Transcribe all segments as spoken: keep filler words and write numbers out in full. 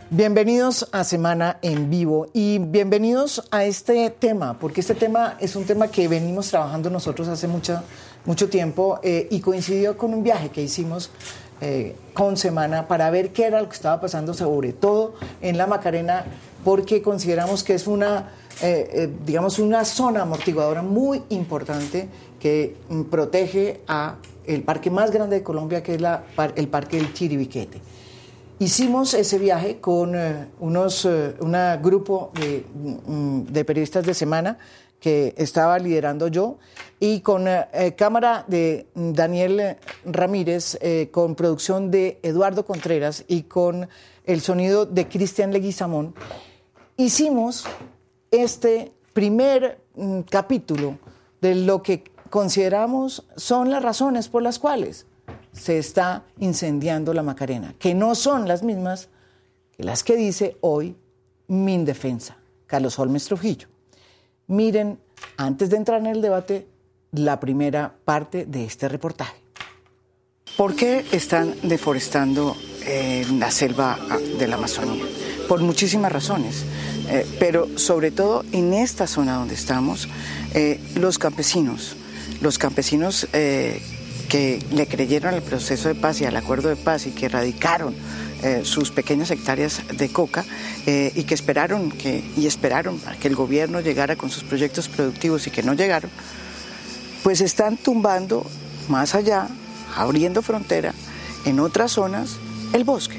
Bienvenidos a Semana en Vivo y bienvenidos a este tema, porque este tema es un tema que venimos trabajando nosotros hace mucho, mucho tiempo eh, y coincidió con un viaje que hicimos eh, con Semana para ver qué era lo que estaba pasando, sobre todo en la Macarena, porque consideramos que es una, eh, eh, digamos, una zona amortiguadora muy importante que mm, protege a el parque más grande de Colombia, que es la, el Parque del Chiribiquete. Hicimos ese viaje con eh, unos, eh, una grupo de, de periodistas de Semana que estaba liderando yo y con eh, cámara de Daniel Ramírez, eh, con producción de Eduardo Contreras y con el sonido de Cristian Leguizamón. Hicimos este primer mm, capítulo de lo que consideramos son las razones por las cuales se está incendiando la Macarena, que no son las mismas que las que dice hoy Mindefensa, Carlos Holmes Trujillo. Miren, antes de entrar en el debate, la primera parte de este reportaje. ¿Por qué están deforestando eh, la selva de la Amazonía? Por muchísimas razones, eh, pero sobre todo en esta zona donde estamos, eh, los campesinos, los campesinos eh, que le creyeron al proceso de paz y al acuerdo de paz y que erradicaron eh, sus pequeñas hectáreas de coca eh, y que esperaron que, y esperaron a que el gobierno llegara con sus proyectos productivos y que no llegaron, pues están tumbando más allá, abriendo frontera en otras zonas, el bosque.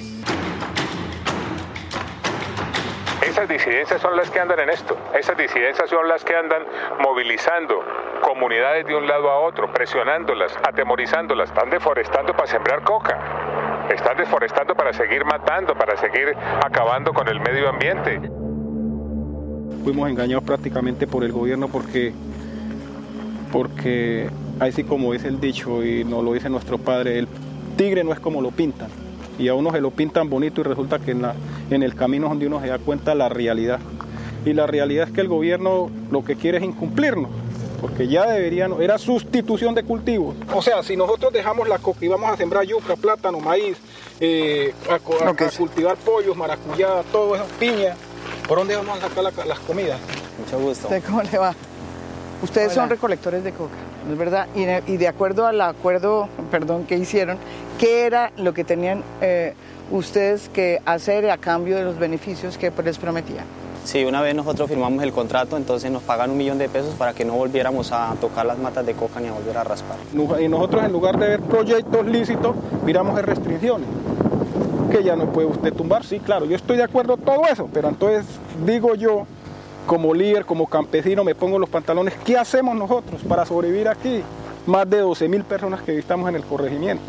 Esas disidencias son las que andan en esto, esas disidencias son las que andan movilizando comunidades de un lado a otro, presionándolas, atemorizándolas. Están deforestando para sembrar coca, están deforestando para seguir matando, para seguir acabando con el medio ambiente. Fuimos engañados prácticamente por el gobierno porque, porque así como es el dicho y nos lo dice nuestro padre, el tigre no es como lo pintan. Y a uno se lo pintan bonito y resulta que en, la, en el camino es donde uno se da cuenta de la realidad. Y la realidad es que el gobierno lo que quiere es incumplirnos, porque ya deberían, era sustitución de cultivos. O sea, si nosotros dejamos la coca y vamos a sembrar yuca, plátano, maíz, eh, a, a, a cultivar pollos, maracuyá, todo eso, piña, ¿por dónde vamos a sacar la, las comidas? Mucho gusto. ¿Cómo le va? Ustedes Hola. Son recolectores de coca, ¿no es verdad? Y de, y de acuerdo al acuerdo, perdón, que hicieron, ¿qué era lo que tenían eh, ustedes que hacer a cambio de los beneficios que les prometían? Sí, una vez nosotros firmamos el contrato, entonces nos pagan un millón de pesos para que no volviéramos a tocar las matas de coca ni a volver a raspar. Y nosotros, en lugar de ver proyectos lícitos, miramos en restricciones. Que ya no puede usted tumbar, sí, claro, yo estoy de acuerdo con todo eso, pero entonces digo yo, como líder, como campesino, me pongo los pantalones, ¿qué hacemos nosotros para sobrevivir aquí? Más de doce mil personas que estamos en el corregimiento.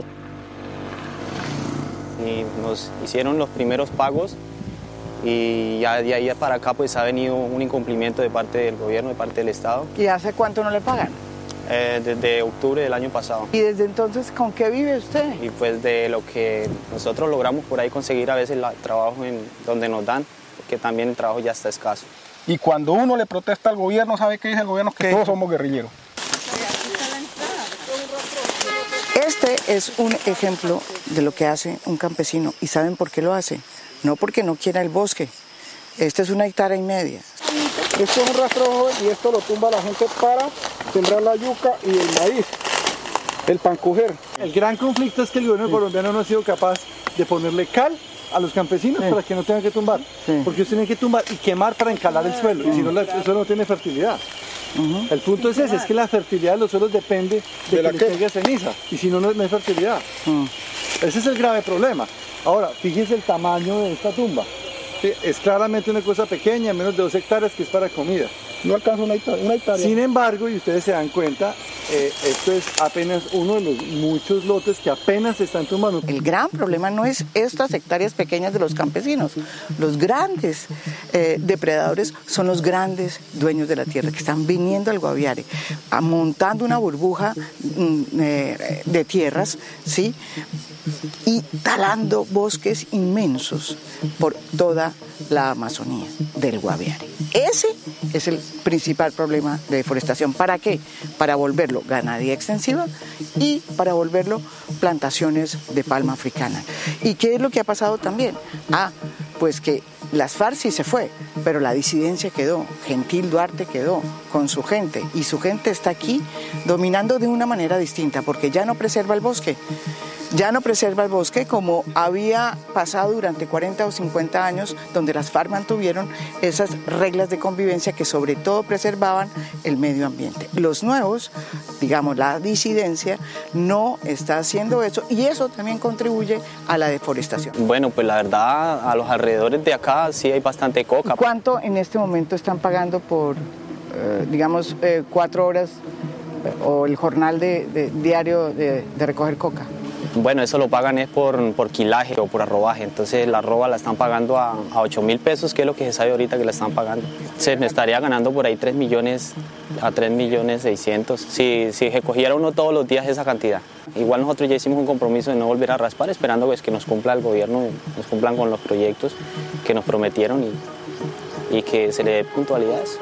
Y nos hicieron los primeros pagos y ya de ahí para acá pues ha venido un incumplimiento de parte del gobierno, de parte del Estado. ¿Y hace cuánto no le pagan? Eh, desde octubre del año pasado. ¿Y desde entonces con qué vive usted? Y pues de lo que nosotros logramos por ahí conseguir a veces el trabajo en donde nos dan, porque también el trabajo ya está escaso. Y cuando uno le protesta al gobierno, ¿sabe qué dice el gobierno? Que ¿Qué? Todos somos guerrilleros. Este es un ejemplo de lo que hace un campesino. ¿Y saben por qué lo hace? No porque no quiera el bosque. Este es una hectárea y media. Esto es un rastrojo y esto lo tumba la gente para sembrar la yuca y el maíz, el pancoger. El gran conflicto es que el gobierno sí. colombiano no ha sido capaz de ponerle cal a los campesinos sí. para que no tengan que tumbar, sí. porque ellos tienen que tumbar y quemar para encalar el suelo, y si no, el suelo no tiene fertilidad. Uh-huh. El punto es ese, es que la fertilidad de los suelos depende de, de que les caiga ceniza, y si no, no hay fertilidad. Uh-huh. Ese es el grave problema. Ahora, fíjense el tamaño de esta tumba. Sí, es claramente una cosa pequeña, menos de dos hectáreas, que es para comida. No alcanza una hectárea. Una hectárea. Sin embargo, y ustedes se dan cuenta, eh, esto es apenas uno de los muchos lotes que apenas se están tumbando. El gran problema no es estas hectáreas pequeñas de los campesinos. Los grandes eh, depredadores son los grandes dueños de la tierra, que están viniendo al Guaviare, montando una burbuja mm, eh, de tierras, ¿sí? y talando bosques inmensos por toda la Amazonía del Guaviare. Ese es el principal problema de deforestación. ¿Para qué? Para volverlo ganadería extensiva y para volverlo plantaciones de palma africana. ¿Y qué es lo que ha pasado también? Ah, pues que las FARC sí se fue, pero la disidencia quedó. Gentil Duarte quedó con su gente y su gente está aquí dominando de una manera distinta porque ya no preserva el bosque. Ya no preserva el bosque como había pasado durante cuarenta o cincuenta años, donde las FARC mantuvieron esas reglas de convivencia que sobre todo preservaban el medio ambiente. Los nuevos, digamos la disidencia, no está haciendo eso y eso también contribuye a la deforestación. Bueno, pues la verdad, a los alrededores de acá sí hay bastante coca. ¿Cuánto en este momento están pagando por, eh, digamos, eh, cuatro horas eh, o el jornal de, de, diario de, de recoger coca? Bueno, eso lo pagan es por, por quilaje o por arrobaje, entonces la arroba la están pagando a, a ocho mil pesos, que es lo que se sabe ahorita que la están pagando. Se me estaría ganando por ahí tres millones a tres millones seiscientos, si, si recogiera uno todos los días esa cantidad. Igual nosotros ya hicimos un compromiso de no volver a raspar, esperando pues, que nos cumpla el gobierno, nos cumplan con los proyectos que nos prometieron y, y que se le dé puntualidad a eso.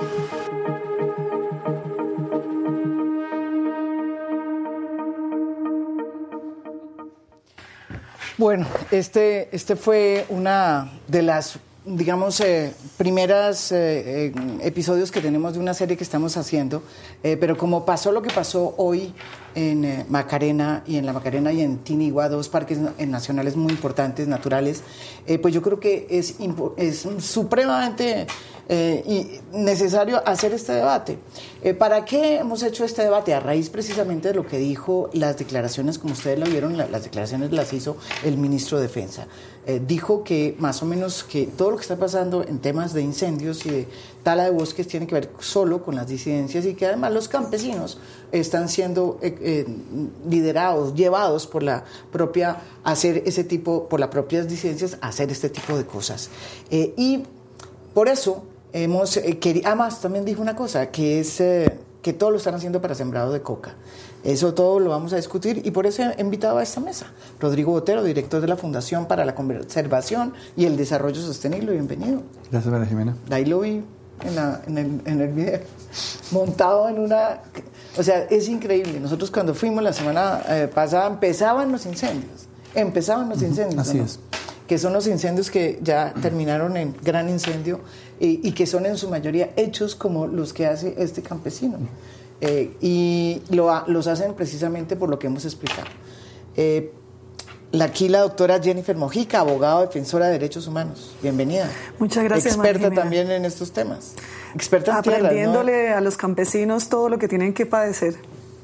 Bueno, este, este fue una de las, digamos, eh, primeras eh, eh, episodios que tenemos de una serie que estamos haciendo, eh, pero como pasó lo que pasó hoy en eh, Macarena y en la Macarena y en Tinigua, dos parques nacionales muy importantes, naturales, eh, pues yo creo que es, es supremamente eh, y necesario hacer este debate. Eh, ¿Para qué hemos hecho este debate? A raíz precisamente de lo que dijo las declaraciones, como ustedes lo vieron, la, las declaraciones las hizo el ministro de Defensa. Eh, dijo que más o menos que todo lo que está pasando en temas de incendios y de tala de bosques tiene que ver solo con las disidencias y que además los campesinos están siendo eh, eh, liderados, llevados por la propia, hacer ese tipo, por las propias disidencias, a hacer este tipo de cosas. Eh, y por eso hemos eh, querido, además también dijo una cosa, que es eh, que todo lo están haciendo para sembrado de coca. Eso todo lo vamos a discutir y por eso he invitado a esta mesa Rodrigo Botero, director de la Fundación para la Conservación y el Desarrollo Sostenible. Bienvenido. Gracias, María Jimena. De ahí lo vi en, la, en, el, en el video, montado en una... O sea, es increíble. Nosotros cuando fuimos la semana eh, pasada empezaban los incendios. Empezaban los incendios. Así ¿no? es. Que son los incendios que ya terminaron en gran incendio y, y que son en su mayoría hechos como los que hace este campesino. Eh, y lo, los hacen precisamente por lo que hemos explicado. Eh, la, aquí la doctora Jennifer Mojica, abogada defensora de derechos humanos. Bienvenida. Muchas gracias, experta María también en estos temas. Experta en aprendiéndole tierras, ¿no? a los campesinos todo lo que tienen que padecer.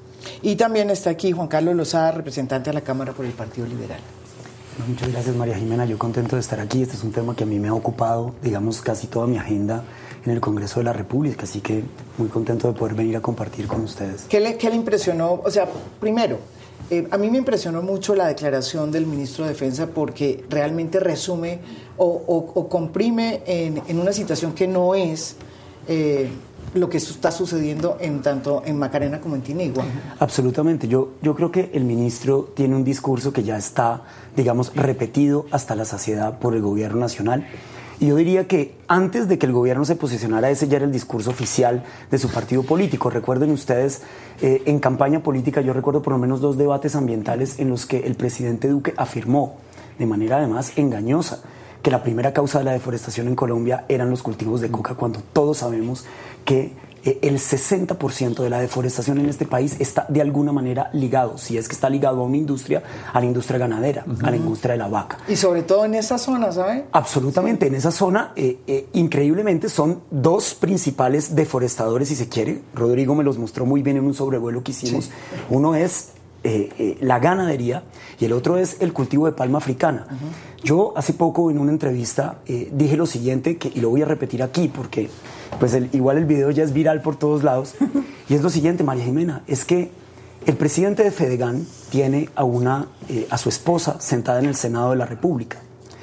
Y también está aquí Juan Carlos Lozada, representante de la Cámara por el Partido Liberal. Muchas gracias, María Jimena. Yo contento de estar aquí. Este es un tema que a mí me ha ocupado, digamos, casi toda mi agenda en el Congreso de la República, así que muy contento de poder venir a compartir con ustedes. ¿Qué le, qué le impresionó? O sea, primero, eh, a mí me impresionó mucho la declaración del ministro de Defensa porque realmente resume o, o, o comprime en, en una situación que no es eh, lo que está sucediendo en tanto en Macarena como en Tinigua. Absolutamente. Yo, yo creo que el ministro tiene un discurso que ya está, digamos, repetido hasta la saciedad por el gobierno nacional. Y yo diría que antes de que el gobierno se posicionara, ese ya era el discurso oficial de su partido político. Recuerden ustedes, eh, en campaña política yo recuerdo por lo menos dos debates ambientales en los que el presidente Duque afirmó, de manera además engañosa, que la primera causa de la deforestación en Colombia eran los cultivos de coca, cuando todos sabemos que eh, el sesenta por ciento de la deforestación en este país está de alguna manera ligado, si es que está ligado a una industria, a la industria ganadera, uh-huh. a la industria de la vaca. Y sobre todo en esa zona, ¿sabe? Absolutamente, sí. En esa zona, eh, eh, increíblemente, son dos principales deforestadores, si se quiere. Rodrigo me los mostró muy bien en un sobrevuelo que hicimos. Sí. Uno es eh, eh, la ganadería y el otro es el cultivo de palma africana. Uh-huh. Yo hace poco en una entrevista eh, dije lo siguiente, que, y lo voy a repetir aquí porque pues el, igual el video ya es viral por todos lados, y es lo siguiente, María Jimena, es que el presidente de Fedegan tiene a, una, eh, a su esposa sentada en el Senado de la República,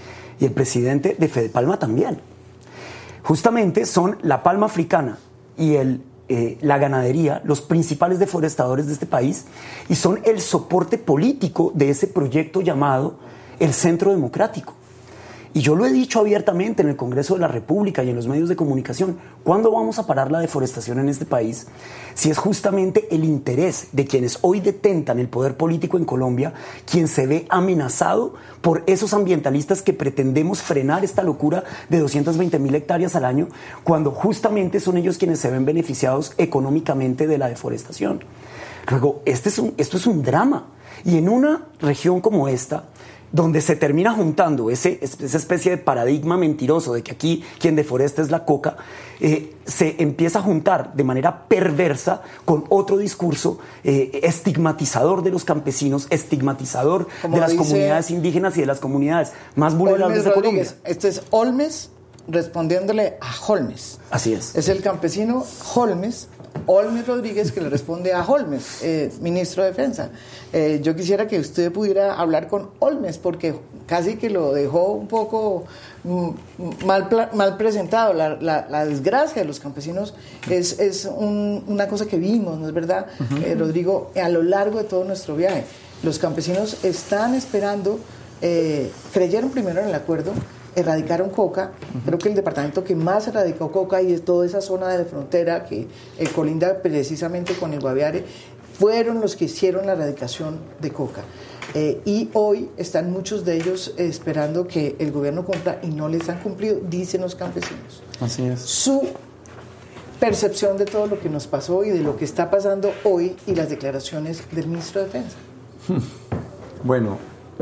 y el presidente de Fedepalma también. Justamente son la palma africana y el eh, la ganadería, los principales deforestadores de este país, y son el soporte político de ese proyecto llamado el Centro Democrático. Y yo lo he dicho abiertamente en el Congreso de la República y en los medios de comunicación, ¿cuándo vamos a parar la deforestación en este país? Si es justamente el interés de quienes hoy detentan el poder político en Colombia, quien se ve amenazado por esos ambientalistas que pretendemos frenar esta locura de doscientas veinte mil hectáreas al año, cuando justamente son ellos quienes se ven beneficiados económicamente de la deforestación. Luego, este es un, esto es un drama. Y en una región como esta, donde se termina juntando ese, esa especie de paradigma mentiroso de que aquí quien deforesta es la coca, eh, se empieza a juntar de manera perversa con otro discurso eh, estigmatizador de los campesinos, estigmatizador Como de las comunidades indígenas y de las comunidades más vulnerables de Colombia. Este es Olmes respondiéndole a Holmes. Así es. Es el campesino Holmes, Olmes Rodríguez, que le responde a Holmes, eh, ministro de Defensa. Eh, yo quisiera que usted pudiera hablar con Olmes, porque casi que lo dejó un poco mm, mal, mal presentado. La, la, la desgracia de los campesinos es, es un, una cosa que vimos, ¿no es verdad, uh-huh. eh, Rodrigo? A lo largo de todo nuestro viaje, los campesinos están esperando, eh, creyeron primero en el acuerdo, erradicaron coca. Uh-huh. Creo que el departamento que más erradicó coca y es toda esa zona de la frontera que eh, colinda precisamente con el Guaviare, fueron los que hicieron la erradicación de coca. Eh, y hoy están muchos de ellos eh, esperando que el gobierno cumpla y no les han cumplido, dicen los campesinos. Así es. Su percepción de todo lo que nos pasó y de lo que está pasando hoy y las declaraciones del ministro de Defensa. Bueno,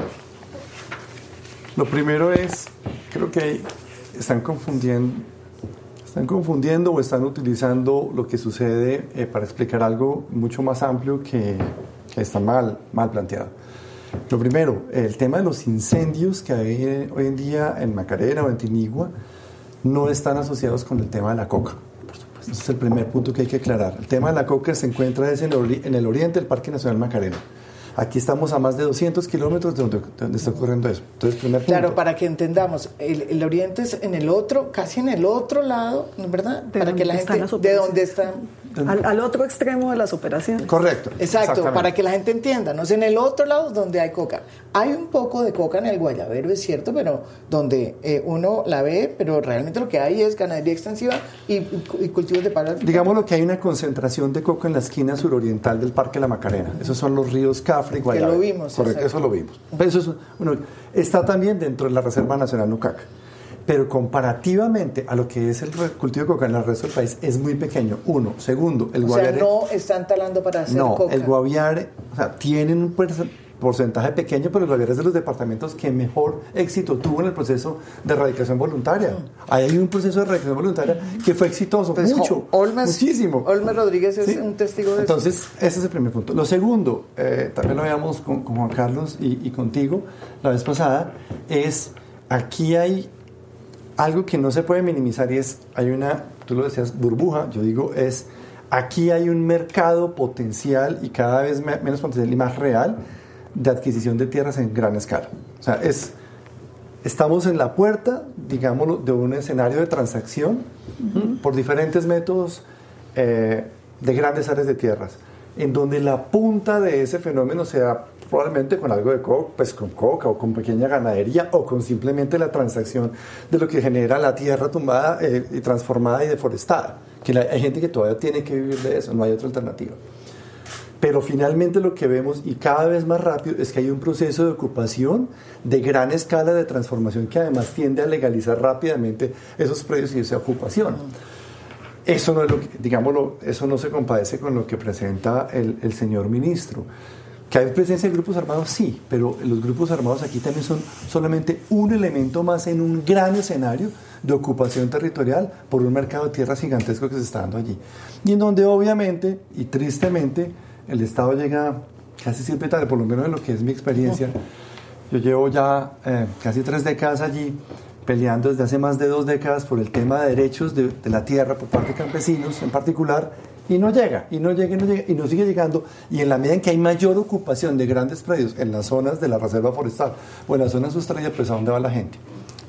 lo primero es, creo que están confundiendo, están confundiendo o están utilizando lo que sucede eh, para explicar algo mucho más amplio que, que está mal, mal planteado. Lo primero, el tema de los incendios que hay hoy en día en Macarena o en Tinigua no están asociados con el tema de la coca. Por supuesto. Ese es el primer punto que hay que aclarar. El tema de la coca se encuentra en el, en el oriente del Parque Nacional Macarena. Aquí estamos a más de doscientos kilómetros de donde, de donde está ocurriendo eso. Entonces, primer punto. Claro, para que entendamos, el, el oriente es en el otro, casi en el otro lado, ¿no es verdad? De para que la gente, de dónde están. Al, al otro extremo de las operaciones. Correcto. Exacto, para que la gente entienda, no es en el otro lado donde hay coca. Hay un poco de coca en el Guayabero, es cierto, pero donde eh, uno la ve, pero realmente lo que hay es ganadería extensiva y, y cultivos de palo. Digamos que hay una concentración de coca en la esquina suroriental del Parque La Macarena. Esos son los ríos Cafre y Guayabero. Que lo vimos. Correcto, exacto. Eso lo vimos. Pero eso es, bueno, está también dentro de la Reserva Nacional Nucaca. Pero comparativamente a lo que es el cultivo de coca en el resto del país es muy pequeño. Uno. Segundo, el o Guaviare... sea, no están talando para hacer no, coca. No, el Guaviare, o sea, tienen un porcentaje pequeño, pero el Guaviare es de los departamentos que mejor éxito tuvo en el proceso de erradicación voluntaria. Mm. Ahí hay un proceso de erradicación voluntaria que fue exitoso, pues mucho, Olmes, muchísimo. Olmes Rodríguez es ¿sí? un testigo de Entonces, eso. ese es el primer punto. Lo segundo, eh, también lo veíamos con, con Juan Carlos y, y contigo la vez pasada, es aquí hay algo que no se puede minimizar y es, hay una, tú lo decías, burbuja, yo digo, es, aquí hay un mercado potencial y cada vez me, menos potencial y más real de adquisición de tierras en gran escala. O sea, es, estamos en la puerta, digámoslo, de un escenario de transacción uh-huh. por diferentes métodos eh, de grandes áreas de tierras, en donde la punta de ese fenómeno sea probablemente con algo de coca, pues con coca o con pequeña ganadería o con simplemente la transacción de lo que genera la tierra tumbada eh, y transformada y deforestada, que la, hay gente que todavía tiene que vivir de eso, no hay otra alternativa. Pero finalmente lo que vemos, y cada vez más rápido, es que hay un proceso de ocupación de gran escala de transformación que además tiende a legalizar rápidamente esos predios y esa ocupación. Eso no es lo que, digámoslo, eso no se compadece con lo que presenta el, el señor ministro. ¿Que hay presencia de grupos armados? Sí, pero los grupos armados aquí también son solamente un elemento más en un gran escenario de ocupación territorial por un mercado de tierras gigantesco que se está dando allí. Y en donde obviamente y tristemente el Estado llega casi siempre tarde, por lo menos en lo que es mi experiencia. Yo llevo ya eh, casi tres décadas allí peleando desde hace más de dos décadas por el tema de derechos de, de la tierra por parte de campesinos en particular. Y no llega, y no llega, y no llega, y no sigue llegando. Y en la medida en que hay mayor ocupación de grandes predios en las zonas de la reserva forestal o en las zonas sustraídas, pues ¿a dónde va la gente?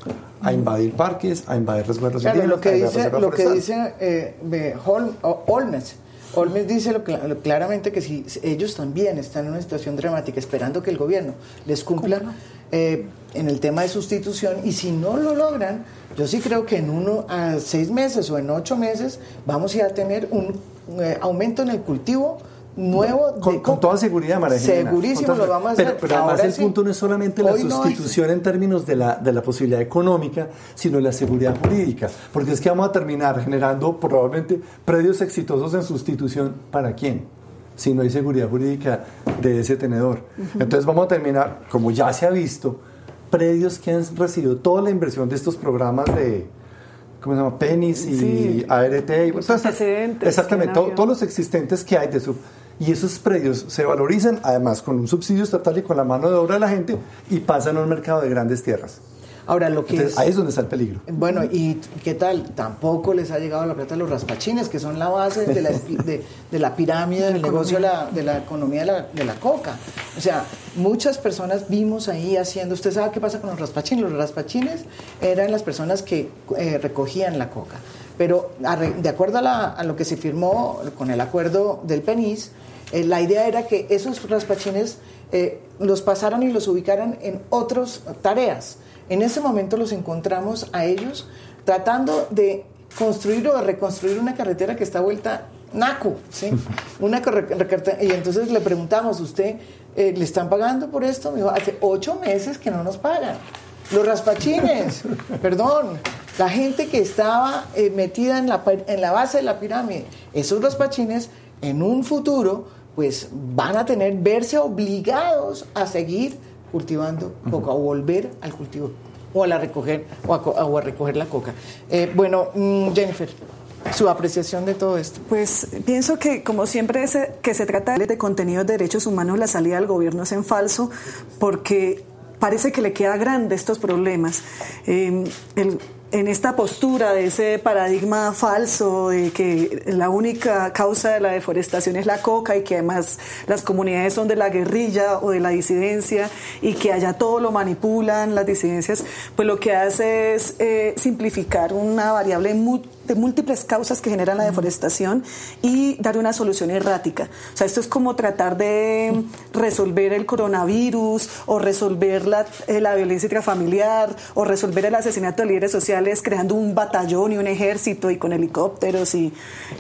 a invadir parques, a invadir resguardos claro, indígenas, lo que a dice, reserva lo que forestal. dice eh, Holm, Olmes, Olmes dice lo, lo, claramente que si ellos también están en una situación dramática, esperando que el gobierno les cumpla eh, en el tema de sustitución, y si no lo logran, yo sí creo que en uno a seis meses o en ocho meses vamos a tener un eh, aumento en el cultivo nuevo de con, con toda seguridad, María Jimena. Segurísimo lo vamos a hacer. Pero, pero además ahora el sí, punto no es solamente la sustitución no en términos de la, de la posibilidad económica, sino la seguridad jurídica, porque es que vamos a terminar generando probablemente predios exitosos en sustitución. ¿Para quién? Si no hay seguridad jurídica de ese tenedor. Uh-huh. Entonces vamos a terminar, como ya se ha visto, predios que han recibido toda la inversión de estos programas de, ¿cómo se llama? Penis y sí, A R T. Y, los antecedentes. Exactamente, todo, todos los existentes que hay de su... Y esos predios se valorizan, además, con un subsidio estatal y con la mano de obra de la gente, y pasan a un mercado de grandes tierras. Ahora, lo que Entonces, es, ahí es donde está el peligro. Bueno, ¿y qué tal? Tampoco les ha llegado la plata a los raspachines, que son la base de la, de, de la pirámide del negocio de la, de la economía de la, de la coca. O sea, muchas personas vimos ahí haciendo... ¿Usted sabe qué pasa con los raspachines? Los raspachines eran las personas que eh, recogían la coca. Pero de acuerdo a, la, a lo que se firmó con el acuerdo del PENIS, eh, la idea era que esos raspachines eh, los pasaran y los ubicaran en otras tareas. En ese momento los encontramos a ellos tratando de construir o de reconstruir una carretera que está vuelta naco, ¿sí? Una carretera, y entonces le preguntamos, ¿usted eh, le están pagando por esto? Me dijo, hace ocho meses que no nos pagan. Los raspachines, perdón, la gente que estaba eh, metida en la, en la base de la pirámide, esos raspachines en un futuro pues van a tener, verse obligados a seguir cultivando coca, o volver al cultivo, o a la recoger, o a, o a recoger la coca. Eh, bueno, mmm, Jennifer, su apreciación de todo esto. Pues pienso que, como siempre, ese, que se trata de contenidos de derechos humanos, la salida del gobierno es en falso, porque parece que le queda grande estos problemas. Eh, el En esta postura de ese paradigma falso de que la única causa de la deforestación es la coca y que además las comunidades son de la guerrilla o de la disidencia y que allá todo lo manipulan las disidencias, pues lo que hace es eh, simplificar una variable de múltiples causas que generan la deforestación y dar una solución errática. O sea, esto es como tratar de resolver el coronavirus o resolver la, eh, la violencia intrafamiliar o resolver el asesinato de líderes sociales creando un batallón y un ejército y con helicópteros y,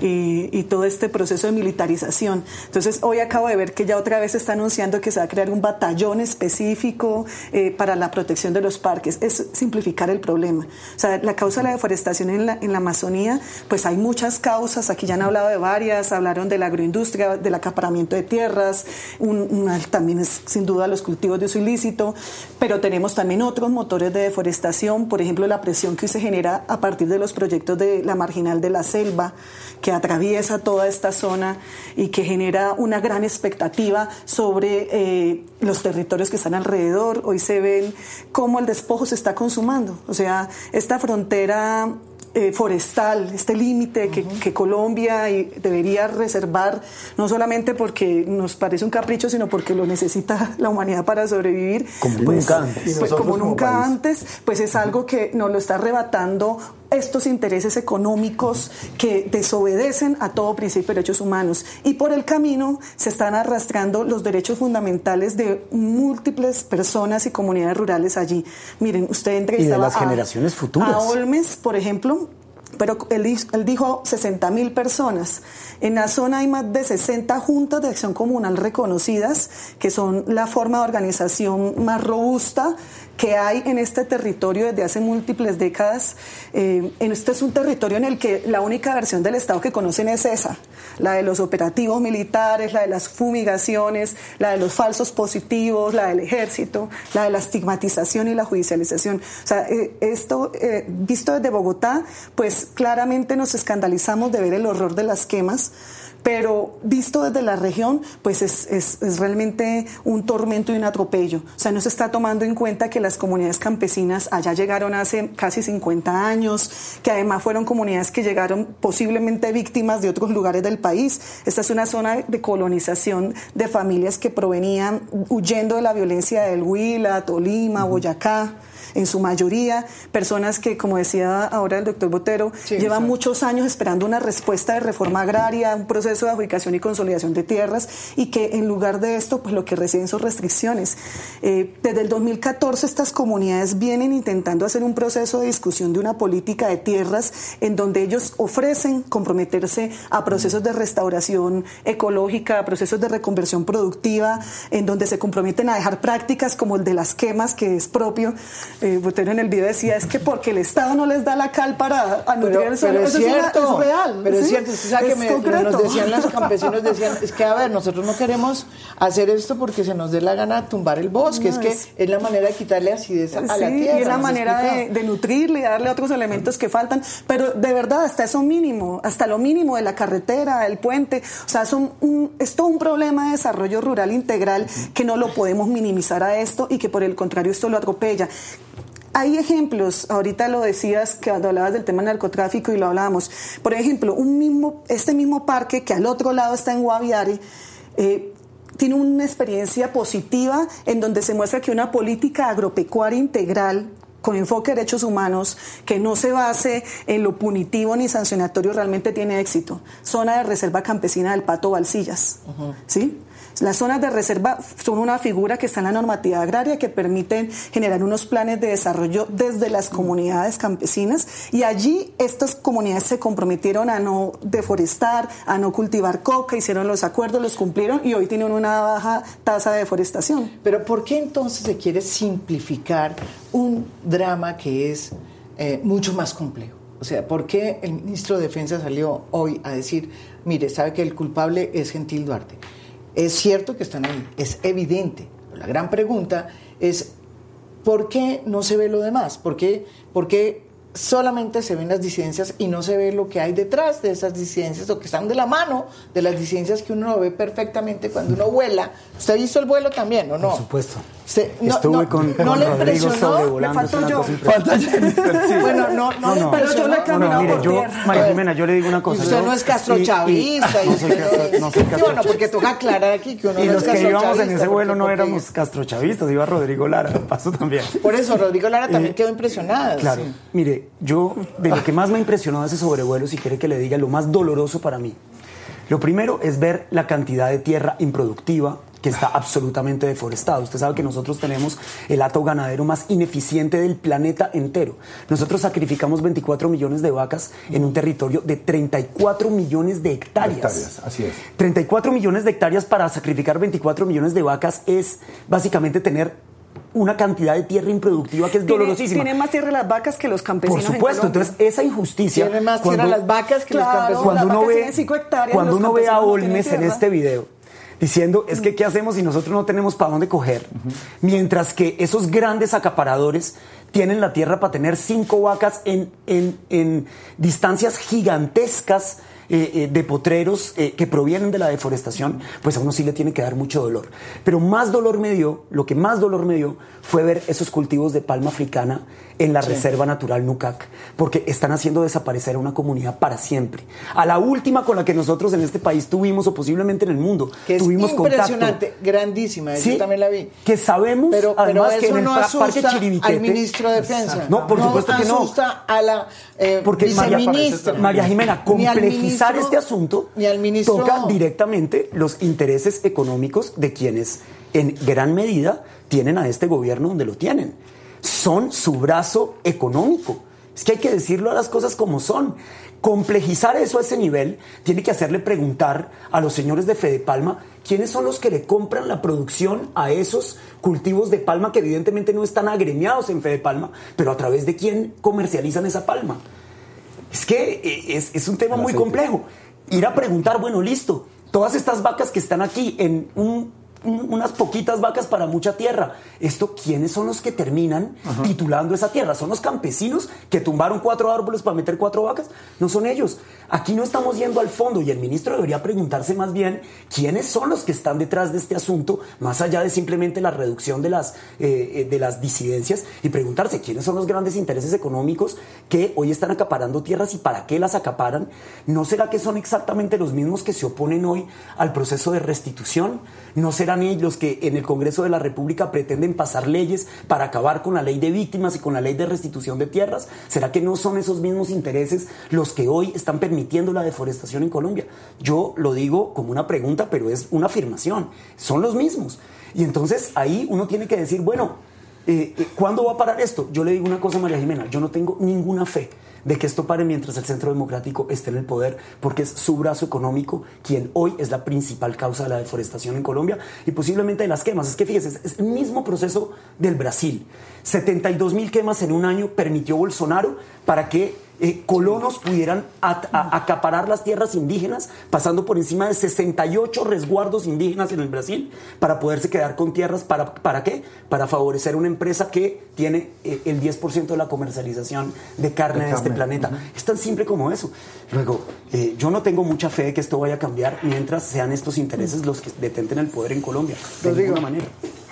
y, y todo este proceso de militarización. Entonces, hoy acabo de ver que ya otra vez se está anunciando que se va a crear un batallón específico eh, para la protección de los parques. Es simplificar el problema. O sea, la causa de la deforestación en la, en la Amazonía, pues hay muchas causas, aquí ya han hablado de varias, hablaron de la agroindustria, del acaparamiento de tierras, un, una, también es sin duda los cultivos de uso ilícito, pero tenemos también otros motores de deforestación, por ejemplo la presión que se genera a partir de los proyectos de la Marginal de la Selva, que atraviesa toda esta zona y que genera una gran expectativa sobre eh, los territorios que están alrededor. Hoy se ven cómo el despojo se está consumando, o sea, esta frontera Eh, forestal, este límite que, uh-huh. que Colombia debería reservar, no solamente porque nos parece un capricho, sino porque lo necesita la humanidad para sobrevivir. Como pues, nunca antes. Pues, como nunca país. antes, pues es algo que nos lo está arrebatando estos intereses económicos que desobedecen a todo principio de derechos humanos. Y por el camino se están arrastrando los derechos fundamentales de múltiples personas y comunidades rurales allí. Miren, usted entrevistaba y de las generaciones a, futuras. a Olmes, por ejemplo, pero él, él dijo sesenta mil personas. En la zona hay más de sesenta juntas de acción comunal reconocidas, que son la forma de organización más robusta que hay en este territorio desde hace múltiples décadas. Eh, este es un territorio en el que la única versión del Estado que conocen es esa, la de los operativos militares, la de las fumigaciones, la de los falsos positivos, la del ejército, la de la estigmatización y la judicialización. O sea, eh, esto, eh, visto desde Bogotá, pues claramente nos escandalizamos de ver el horror de las quemas, pero visto desde la región, pues es, es, es realmente un tormento y un atropello. O sea, no se está tomando en cuenta que las comunidades campesinas allá llegaron hace casi cincuenta años, que además fueron comunidades que llegaron posiblemente víctimas de otros lugares del país. Esta es una zona de colonización de familias que provenían huyendo de la violencia del Huila, Tolima, Boyacá. en su mayoría, personas que, como decía ahora el doctor Botero, sí, llevan sí. muchos años esperando una respuesta de reforma agraria, un proceso de adjudicación y consolidación de tierras, y que en lugar de esto, pues lo que reciben son restricciones. Eh, desde el dos mil catorce estas comunidades vienen intentando hacer un proceso de discusión de una política de tierras en donde ellos ofrecen comprometerse a procesos de restauración ecológica, a procesos de reconversión productiva, en donde se comprometen a dejar prácticas como el de las quemas, que es propio. Eh, Botero en el video decía, es que porque el Estado no les da la cal para nutrir el suelo. Pero es Eso cierto, es, una, es real. Pero ¿sí? es cierto, usted sabe es que me, concreto. Nos decían los campesinos, decían, es que a ver, nosotros no queremos hacer esto porque se nos dé la gana tumbar el bosque, no, es que es, es la manera de quitarle acidez a sí, la tierra. Y es la manera de, de nutrirle y darle otros elementos que faltan, pero de verdad hasta eso mínimo, hasta lo mínimo de la carretera, el puente, o sea, son un, es todo un problema de desarrollo rural integral que no lo podemos minimizar a esto y que por el contrario esto lo atropella. Hay ejemplos, ahorita lo decías que cuando hablabas del tema del narcotráfico y lo hablábamos, por ejemplo, un mismo, este mismo parque que al otro lado está en Guaviare, eh, tiene una experiencia positiva en donde se muestra que una política agropecuaria integral con enfoque de derechos humanos, que no se base en lo punitivo ni sancionatorio, realmente tiene éxito. Zona de reserva campesina del Pato Balsillas, uh-huh. ¿sí? Las zonas de reserva son una figura que está en la normativa agraria que permiten generar unos planes de desarrollo desde las comunidades campesinas, y allí estas comunidades se comprometieron a no deforestar, a no cultivar coca, hicieron los acuerdos, los cumplieron y hoy tienen una baja tasa de deforestación. Pero ¿por qué entonces se quiere simplificar un drama que es eh, mucho más complejo? O sea, ¿por qué el ministro de Defensa salió hoy a decir, mire, sabe que el culpable es Gentil Duarte? Es cierto que están ahí, es evidente. La gran pregunta es, ¿por qué no se ve lo demás? ¿Por qué, por qué solamente se ven las disidencias y no se ve lo que hay detrás de esas disidencias, o que están de la mano de las disidencias, que uno lo ve perfectamente cuando uno vuela? ¿Usted ha visto el vuelo también o no? Por supuesto. Usted, no, Estuve no, con, con ¿no le Rodrigo sobrevolando. Me faltó yo. Falta yo. Sí. Bueno, no, no, no, no, pero yo le he caminado no, no, mire, por yo, tierra. María Jimena, yo le digo una cosa. Y usted yo, no es castrochavista. Y, y, no soy castro, no soy bueno, porque toca aclarar aquí que uno y no los es que íbamos en ese vuelo no porque... éramos castrochavistas, iba Rodrigo Lara, paso también. Por eso, Rodrigo Lara también eh, quedó impresionada. Claro, sí. Mire, yo, de lo que más me impresionó de ese sobrevuelo, si quiere que le diga, lo más doloroso para mí, lo primero es ver la cantidad de tierra improductiva que está absolutamente deforestado. Usted sabe que nosotros tenemos el hato ganadero más ineficiente del planeta entero. Nosotros sacrificamos veinticuatro millones de vacas en un territorio de treinta y cuatro millones de hectáreas. hectáreas. Así es. treinta y cuatro millones de hectáreas para sacrificar veinticuatro millones de vacas es básicamente tener una cantidad de tierra improductiva que es ¿Tiene, dolorosísima. Tienen más tierra las vacas que los campesinos. Por supuesto, entonces esa injusticia. Tienen más cuando, tierra las vacas que claro, los campesinos. Cuando las uno vacas ve, cuando uno ve a Olmes no en este video diciendo, es que ¿qué hacemos si nosotros no tenemos para dónde coger? Uh-huh. Mientras que esos grandes acaparadores tienen la tierra para tener cinco vacas en, en, en distancias gigantescas eh, eh, de potreros eh, que provienen de la deforestación, pues a uno sí le tiene que dar mucho dolor. Pero más dolor me dio, lo que más dolor me dio fue ver esos cultivos de palma africana en la sí. Reserva Natural Nucac, porque están haciendo desaparecer a una comunidad para siempre. A la última con la que nosotros en este país tuvimos, o posiblemente en el mundo, que tuvimos es impresionante, contacto. grandísima, sí, yo también la vi. Que sabemos, pero, además, pero que en el no Parque Chiribiquete al ministro de Defensa. No, por no supuesto que no. asusta a la eh, porque viceministra. María, María Jimena, complejizar ministro, este asunto ni al ministro, toca directamente los intereses económicos de quienes en gran medida tienen a este gobierno donde lo tienen. Son su brazo económico. Es que hay que decirlo a las cosas como son. Complejizar eso a ese nivel tiene que hacerle preguntar a los señores de Fedepalma quiénes son los que le compran la producción a esos cultivos de palma que evidentemente no están agremiados en Fedepalma, pero a través de quién comercializan esa palma. Es que es, es un tema muy complejo. Ir a preguntar, bueno, listo, todas estas vacas que están aquí en un unas poquitas vacas para mucha tierra. ¿Esto quiénes son los que terminan Ajá. titulando esa tierra? ¿Son los campesinos que tumbaron cuatro árboles para meter cuatro vacas? No son ellos. Aquí no estamos yendo al fondo y el ministro debería preguntarse más bien quiénes son los que están detrás de este asunto, más allá de simplemente la reducción de las, eh, de las disidencias, y preguntarse quiénes son los grandes intereses económicos que hoy están acaparando tierras y para qué las acaparan. ¿No será que son exactamente los mismos que se oponen hoy al proceso de restitución? ¿No serán serán ellos los que en el Congreso de la República pretenden pasar leyes para acabar con la ley de víctimas y con la ley de restitución de tierras? ¿Será que no son esos mismos intereses los que hoy están permitiendo la deforestación en Colombia? Yo lo digo como una pregunta, pero es una afirmación. Son los mismos. Y entonces ahí uno tiene que decir, bueno, eh, ¿cuándo va a parar esto? Yo le digo una cosa, María Jimena, yo no tengo ninguna fe de que esto pare mientras el Centro Democrático esté en el poder, porque es su brazo económico quien hoy es la principal causa de la deforestación en Colombia y posiblemente de las quemas. Es que fíjese, es el mismo proceso del Brasil. setenta y dos mil quemas en un año permitió Bolsonaro para que eh, colonos pudieran a, a, acaparar las tierras indígenas, pasando por encima de sesenta y ocho resguardos indígenas en el Brasil para poderse quedar con tierras. ¿Para, para qué? Para favorecer una empresa que tiene eh, el diez por ciento de la comercialización de carne de este planeta. Uh-huh. Es tan simple como eso. Luego, eh, yo no tengo mucha fe de que esto vaya a cambiar mientras sean estos intereses los que detenten el poder en Colombia. De Rodrigo, ninguna manera.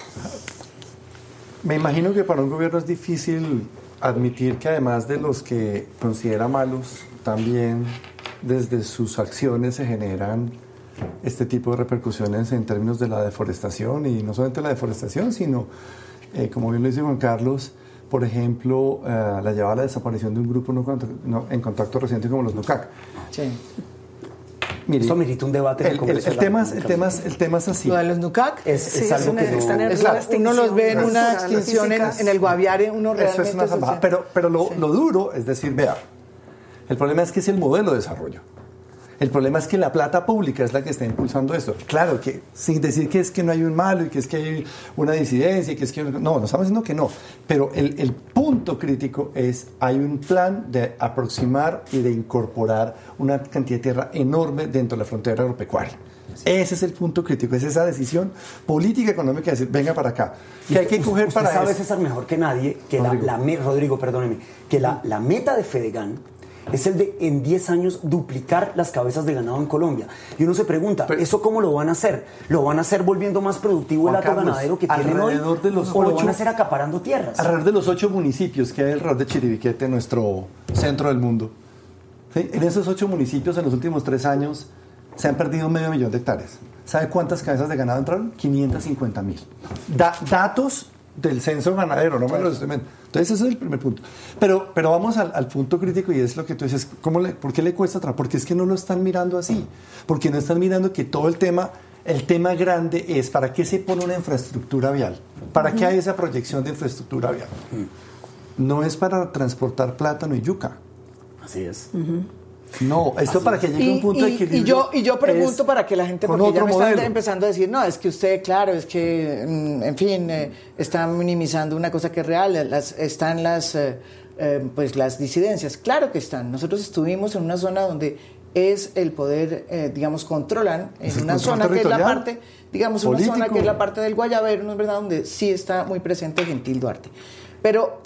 Me imagino que para un gobierno es difícil admitir que además de los que considera malos, también desde sus acciones se generan este tipo de repercusiones en términos de la deforestación, y no solamente la deforestación, sino, eh, como bien lo dice Juan Carlos, por ejemplo, uh, la llevaba a la desaparición de un grupo no, no, en contacto reciente como los NUCAC. Sí. Mire, esto merita un debate. El, el, el, tema es, el, tema es, el tema es así. Lo de los NUCAC es, sí, es algo es que una, no, es claro, uno los ve en una extinción en, en el Guaviare, uno realmente... Eso es una salvajada. Pero, pero lo, sí. lo duro es decir, vea, el problema es que es el modelo de desarrollo. El problema es que la plata pública es la que está impulsando esto. Claro, que sin decir que es que no hay un malo y que es que hay una disidencia y que es que... No, no estamos diciendo que no. Pero el, el punto crítico es, hay un plan de aproximar y de incorporar una cantidad de tierra enorme dentro de la frontera agropecuaria. Ese es el punto crítico, es esa decisión política económica de decir, venga para acá. Que hay que coger usted para sabe, eso. César, mejor que nadie, que Rodrigo, la, la, Rodrigo perdóneme, que la, la meta de Fedegan es el de en diez años duplicar las cabezas de ganado en Colombia. Y uno se pregunta, pero, ¿eso cómo lo van a hacer? ¿Lo van a hacer volviendo más productivo el hato ganadero que tienen hoy? De los ¿O ocho, lo van a hacer acaparando tierras? Alrededor de los ocho municipios que hay alrededor de Chiribiquete, nuestro centro del mundo. ¿Sí? En esos ocho municipios, en los últimos tres años, se han perdido medio millón de hectáreas. ¿Sabe cuántas cabezas de ganado entraron? quinientos cincuenta mil. Da, datos del censo ganadero, no me lo estoy viendo. Entonces ese es el primer punto. Pero, pero vamos al, al punto crítico, y es lo que tú dices, ¿cómo le, ¿por qué le cuesta atrás? Porque es que no lo están mirando así. Porque no están mirando que todo el tema, el tema grande es, ¿para qué se pone una infraestructura vial? ¿Para uh-huh. qué hay esa proyección de infraestructura vial? Uh-huh. No es para transportar plátano y yuca. Así es. Uh-huh. No, esto Así para que llegue y, a un punto y, de equilibrio. Y yo, y yo pregunto para que la gente, porque ya me están empezando a decir, no, es que usted, claro, es que, en fin, eh, está minimizando una cosa que es real, las, están las, eh, eh, pues las disidencias. Claro que están. Nosotros estuvimos en una zona donde es el poder, eh, digamos, controlan, en una zona que es la parte, digamos, político. Una zona que es la parte del Guayabero, ¿no es verdad?, donde sí está muy presente Gentil Duarte. Pero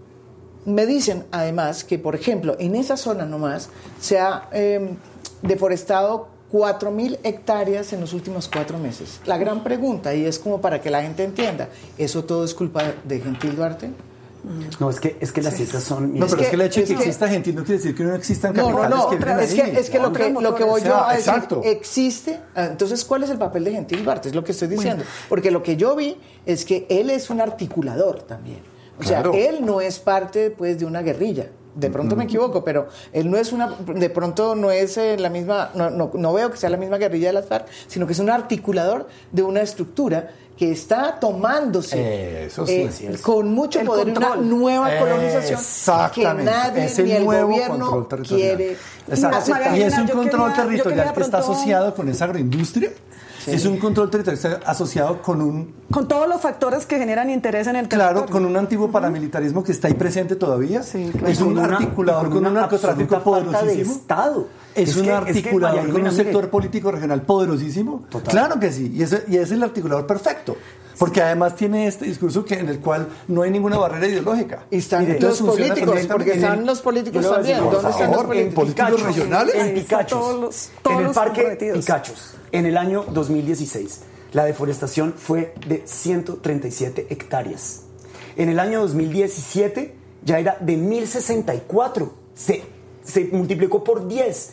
me dicen, además, que, por ejemplo, en esa zona nomás se ha eh, deforestado cuatro mil hectáreas en los últimos cuatro meses. La gran pregunta, y es como para que la gente entienda, ¿eso todo es culpa de Gentil Duarte? No, es que, es que las sí. cifras son... No, pero es, es que el hecho de que, que exista Gentil no quiere decir que no existan capitales. No, no, no, que es, que, es que lo que, lo que voy o sea, yo a decir, exacto. existe. Entonces, ¿cuál es el papel de Gentil Duarte? Es lo que estoy diciendo. Bueno. Porque lo que yo vi es que él es un articulador también. O sea, claro. Él no es parte, pues, de una guerrilla. De pronto me equivoco, pero él no es una, de pronto no es eh, la misma, no, no, no veo que sea la misma guerrilla de las FARC, sino que es un articulador de una estructura que está tomándose eh, eso sí, eh, es. con mucho el poder control. Una nueva colonización que nadie es el ni el nuevo gobierno quiere aceptar. Y es un control quería, territorial que está asociado con esa agroindustria. Sí. Es un control territorial asociado con un... Con todos los factores que generan interés en el territorio. Claro, con un antiguo paramilitarismo que está ahí presente todavía. Sí, claro. Es un una, articulador con, con un narcotráfico poderosísimo. Estado. Es, es un que, articulador es que, con un mire, sector político regional poderosísimo. Total. Claro que sí, y es, y es el articulador perfecto. Porque además tiene este discurso que en el cual no hay ninguna barrera ideológica. Y están Mire, los políticos, porque están el, los políticos también. ¿Dónde favor, están los políticos? ¿En políticos regionales? En Picachos, todos los, todos en el parque Picachos, en el año dos mil dieciséis. La deforestación fue de ciento treinta y siete hectáreas. En el año dos mil diecisiete ya era de mil sesenta y cuatro. Se, se multiplicó por diez.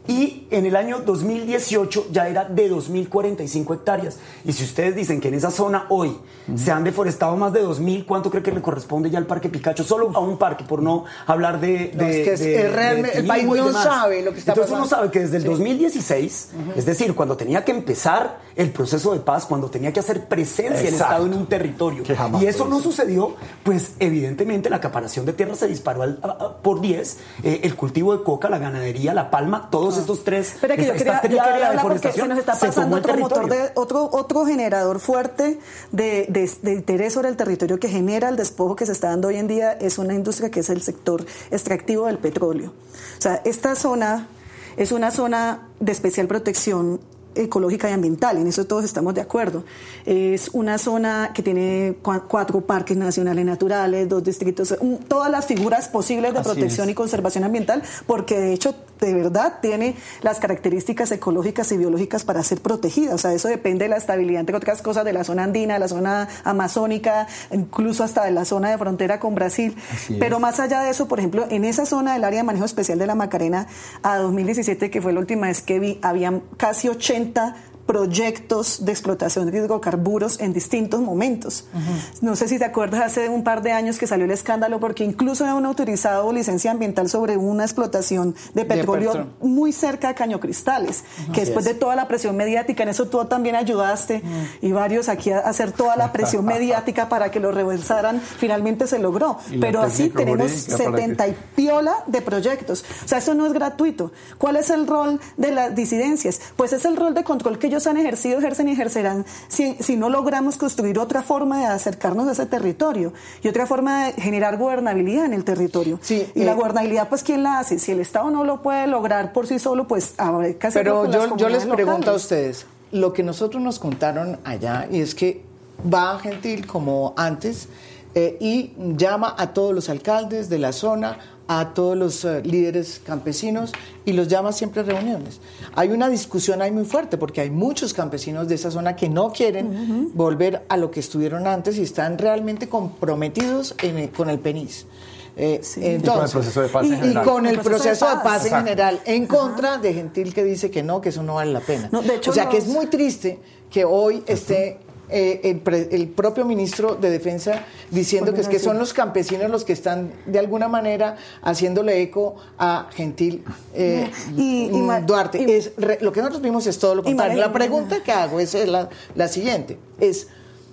y en el año dos mil dieciocho ya era de dos mil cuarenta y cinco hectáreas. Y si ustedes dicen que en esa zona hoy uh-huh. se han deforestado más de dos mil, ¿cuánto cree que le corresponde ya al Parque Picacho? Solo a un parque, por no hablar de... No, de, es que es, de, es realmente, de el país no sabe lo que está Entonces pasando. uno sabe que desde el sí. dos mil dieciséis, uh-huh. es decir, cuando tenía que empezar el proceso de paz, cuando tenía que hacer presencia Exacto. el Estado en un territorio, y eso no sucedió, pues evidentemente la acaparación de tierra se disparó al, a, a, por diez, eh, el cultivo de coca, la ganadería, la palma, todos ah. estos tres... Pero que yo quería, yo quería hablar porque se nos está pasando otro motor de, otro, otro generador fuerte de, de, de interés sobre el territorio que genera el despojo que se está dando hoy en día, es una industria que es el sector extractivo del petróleo. O sea, esta zona es una zona de especial protección ecológica y ambiental, en eso todos estamos de acuerdo. Es una zona que tiene cuatro parques nacionales naturales, dos distritos, un, todas las figuras posibles de Así protección es. y conservación ambiental, porque de hecho, de verdad, tiene las características ecológicas y biológicas para ser protegida. O sea, eso depende de la estabilidad, entre otras cosas, de la zona andina, de la zona amazónica, incluso hasta de la zona de frontera con Brasil. Pero más allá de eso, por ejemplo, en esa zona del área de manejo especial de la Macarena, a dos mil diecisiete, que fue la última vez que vi, habían casi ochenta proyectos de explotación de hidrocarburos en distintos momentos. Uh-huh. No sé si te acuerdas, hace un par de años que salió el escándalo porque incluso habían autorizado licencia ambiental sobre una explotación de petróleo de muy cerca de Caño Cristales, uh-huh. que después de toda la presión mediática, en eso tú también ayudaste uh-huh. y varios aquí a hacer toda la presión mediática para que lo reversaran, finalmente se logró. Pero así tenemos setenta y piola de proyectos. O sea, eso no es gratuito. ¿Cuál es el rol de las disidencias? Pues es el rol de control que ellos han ejercido, ejercen y ejercerán si, si no logramos construir otra forma de acercarnos a ese territorio y otra forma de generar gobernabilidad en el territorio. Sí, y eh, la gobernabilidad, pues, ¿quién la hace? Si el Estado no lo puede lograr por sí solo, pues habrá que hacerlo con las comunidades locales. Pero yo, yo les pregunto a ustedes, lo que nosotros nos contaron allá, y es que va Gentil como antes eh, y llama a todos los alcaldes de la zona, a todos los uh, líderes campesinos y los llama siempre a reuniones. Hay una discusión ahí muy fuerte porque hay muchos campesinos de esa zona que no quieren uh-huh. volver a lo que estuvieron antes y están realmente comprometidos en el, con el P N I S. Eh, sí. Entonces, y con el proceso de paz y, en general. Y con el, el proceso, proceso de paz, de paz en general, en contra uh-huh. de Gentil, que dice que no, que eso no vale la pena. No, de hecho, o sea, no, que es muy triste que hoy uh-huh. esté Eh, el, pre, el propio ministro de Defensa diciendo que es que son los campesinos los que están de alguna manera haciéndole eco a Gentil eh, y, y, Duarte. Y, es, re, lo que nosotros vimos es todo lo contrario. La pregunta que hago es la, la siguiente, es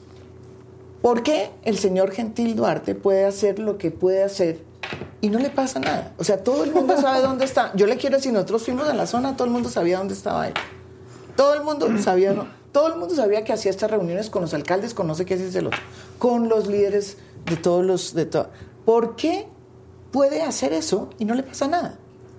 ¿por qué el señor Gentil Duarte puede hacer lo que puede hacer y no le pasa nada? O sea, todo el mundo sabe dónde está. Yo le quiero decir, nosotros fuimos a la zona, todo el mundo sabía dónde estaba él. Todo el mundo sabía, ¿no? Todo el mundo sabía que hacía estas reuniones con los alcaldes, con no sé qué es el otro, con los líderes de todos los... de to- ¿Por qué puede hacer eso y no le pasa nada?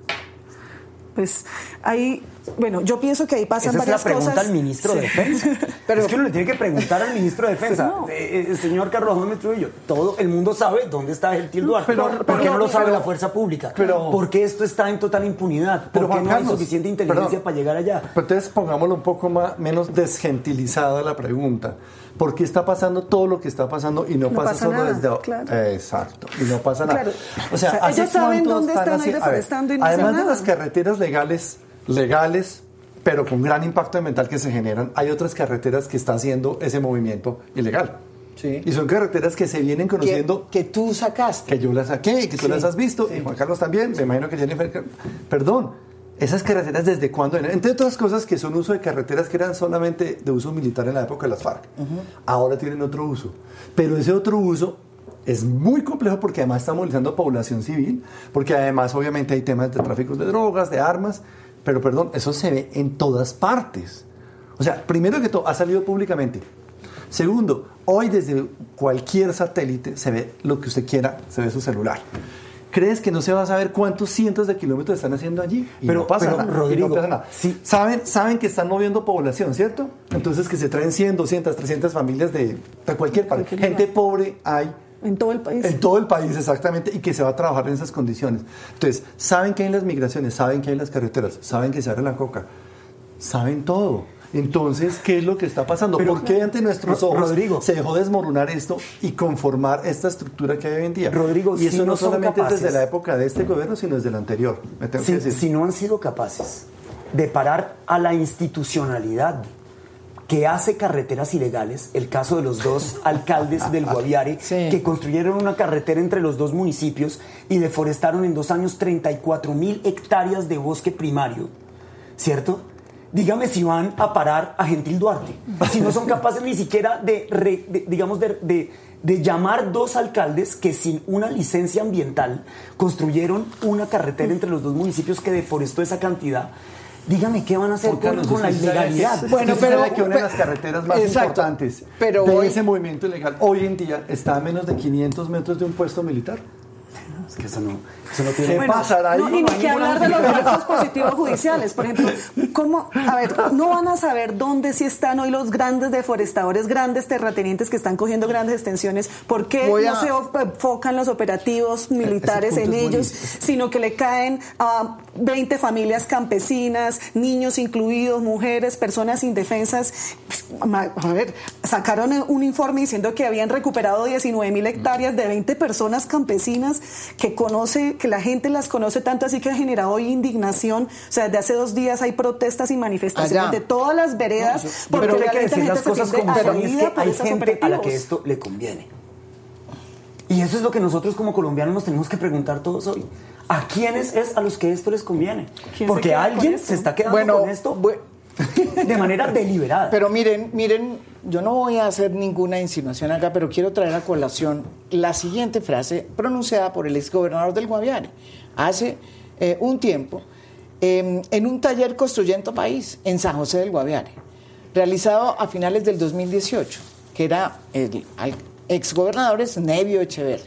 Pues ahí, bueno, yo pienso que ahí pasan Esa varias es la pregunta cosas. al ministro sí. de Defensa. Pero es que uno le tiene que preguntar al ministro de Defensa. No. Eh, el señor Carlos Gómez Trujillo, todo el mundo sabe dónde está Gentil Duarte. Pero, pero, ¿Por qué no lo sabe pero, la fuerza pública? Pero, ¿Por qué esto está en total impunidad? ¿Por qué no Carlos, hay suficiente inteligencia perdón, para llegar allá? Pero entonces pongámoslo un poco más, menos desgentilizada la pregunta. ¿Por qué está pasando todo lo que está pasando y no, no pasa, pasa solo nada, desde... Claro. Eh, exacto, y no pasa nada. Claro. O sea, o sea ellos saben dónde están ahí deforestando y no además de nada. Las carreteras legales, legales, pero con gran impacto ambiental que se generan, hay otras carreteras que están haciendo ese movimiento ilegal. Sí. Y son carreteras que se vienen conociendo... Que, que tú sacaste. Que yo las saqué, que tú sí, las has visto, sí. Y Juan Carlos también, me imagino que Jennifer... Perdón, esas carreteras desde cuándo... Entre otras cosas que son uso de carreteras que eran solamente de uso militar en la época de las FARC. Uh-huh. Ahora tienen otro uso. Pero ese otro uso es muy complejo porque además está movilizando población civil, porque además obviamente hay temas de tráfico de drogas, de armas... Pero perdón, eso se ve en todas partes. O sea, primero que todo, ha salido públicamente. Segundo, hoy desde cualquier satélite se ve lo que usted quiera, se ve su celular. ¿Crees que no se va a saber cuántos cientos de kilómetros están haciendo allí? Y pero, no pasa pero, nada. Rodrigo, no pasa nada. Sí. ¿Saben, saben que están moviendo población, ¿cierto? Entonces que se traen cien, doscientas, trescientas familias de, de cualquier parte. Gente pobre hay. En todo el país. En todo el país, exactamente, y que se va a trabajar en esas condiciones. Entonces, saben que hay las migraciones, saben que hay las carreteras, saben que se abre la coca, saben todo. Entonces, ¿qué es lo que está pasando? Pero, ¿por qué ante nuestros ojos Rodrigo, se dejó desmoronar esto y conformar esta estructura que hay hoy en día? Rodrigo, y eso si no, no solamente capaces, es desde la época de este gobierno, sino desde el anterior. Me tengo si, que decir. si no han sido capaces de parar a la institucionalidad que hace carreteras ilegales, el caso de los dos alcaldes del Guaviare, sí, que construyeron una carretera entre los dos municipios y deforestaron en dos años treinta y cuatro mil hectáreas de bosque primario, ¿cierto? Dígame si van a parar a Gentil Duarte, si no son capaces ni siquiera de, re, de digamos, de, de, de llamar dos alcaldes que sin una licencia ambiental construyeron una carretera entre los dos municipios que deforestó esa cantidad. Dígame qué van a hacer con, Carlos, con la ilegalidad. Que, bueno, pero que una de las carreteras más exacto, importantes pero de hoy, ese movimiento ilegal hoy en día está a menos de quinientos metros de un puesto militar. Es que eso no, eso no tiene... ¿Qué bueno, pasará ahí? No, y ni que hablar de los falsos positivos judiciales. Por ejemplo, ¿cómo? A ver, no van a saber dónde sí están hoy los grandes deforestadores, grandes terratenientes que están cogiendo grandes extensiones. ¿Por qué Voy no a... se enfocan los operativos militares en ellos, sino que le caen a veinte familias campesinas, niños incluidos, mujeres, personas indefensas? A ver, sacaron un informe diciendo que habían recuperado diecinueve mil hectáreas de veinte personas campesinas que conoce, que la gente las conoce tanto así que ha generado hoy indignación. O sea, desde hace dos días hay protestas y manifestaciones Allá. de todas las veredas. No, porque pero hay que decir las cosas como son, es que hay gente operativos. a la que esto le conviene. Y eso es lo que nosotros como colombianos nos tenemos que preguntar todos hoy. ¿A quiénes es a los que esto les conviene? Porque alguien se está quedando bueno, con esto bueno. de manera deliberada. Pero miren, miren, yo no voy a hacer ninguna insinuación acá, pero quiero traer a colación la siguiente frase pronunciada por el exgobernador del Guaviare hace eh, un tiempo eh, en un taller Construyendo País en San José del Guaviare, realizado a finales del dos mil dieciocho, que era el, el exgobernador es Nevio Echeverri,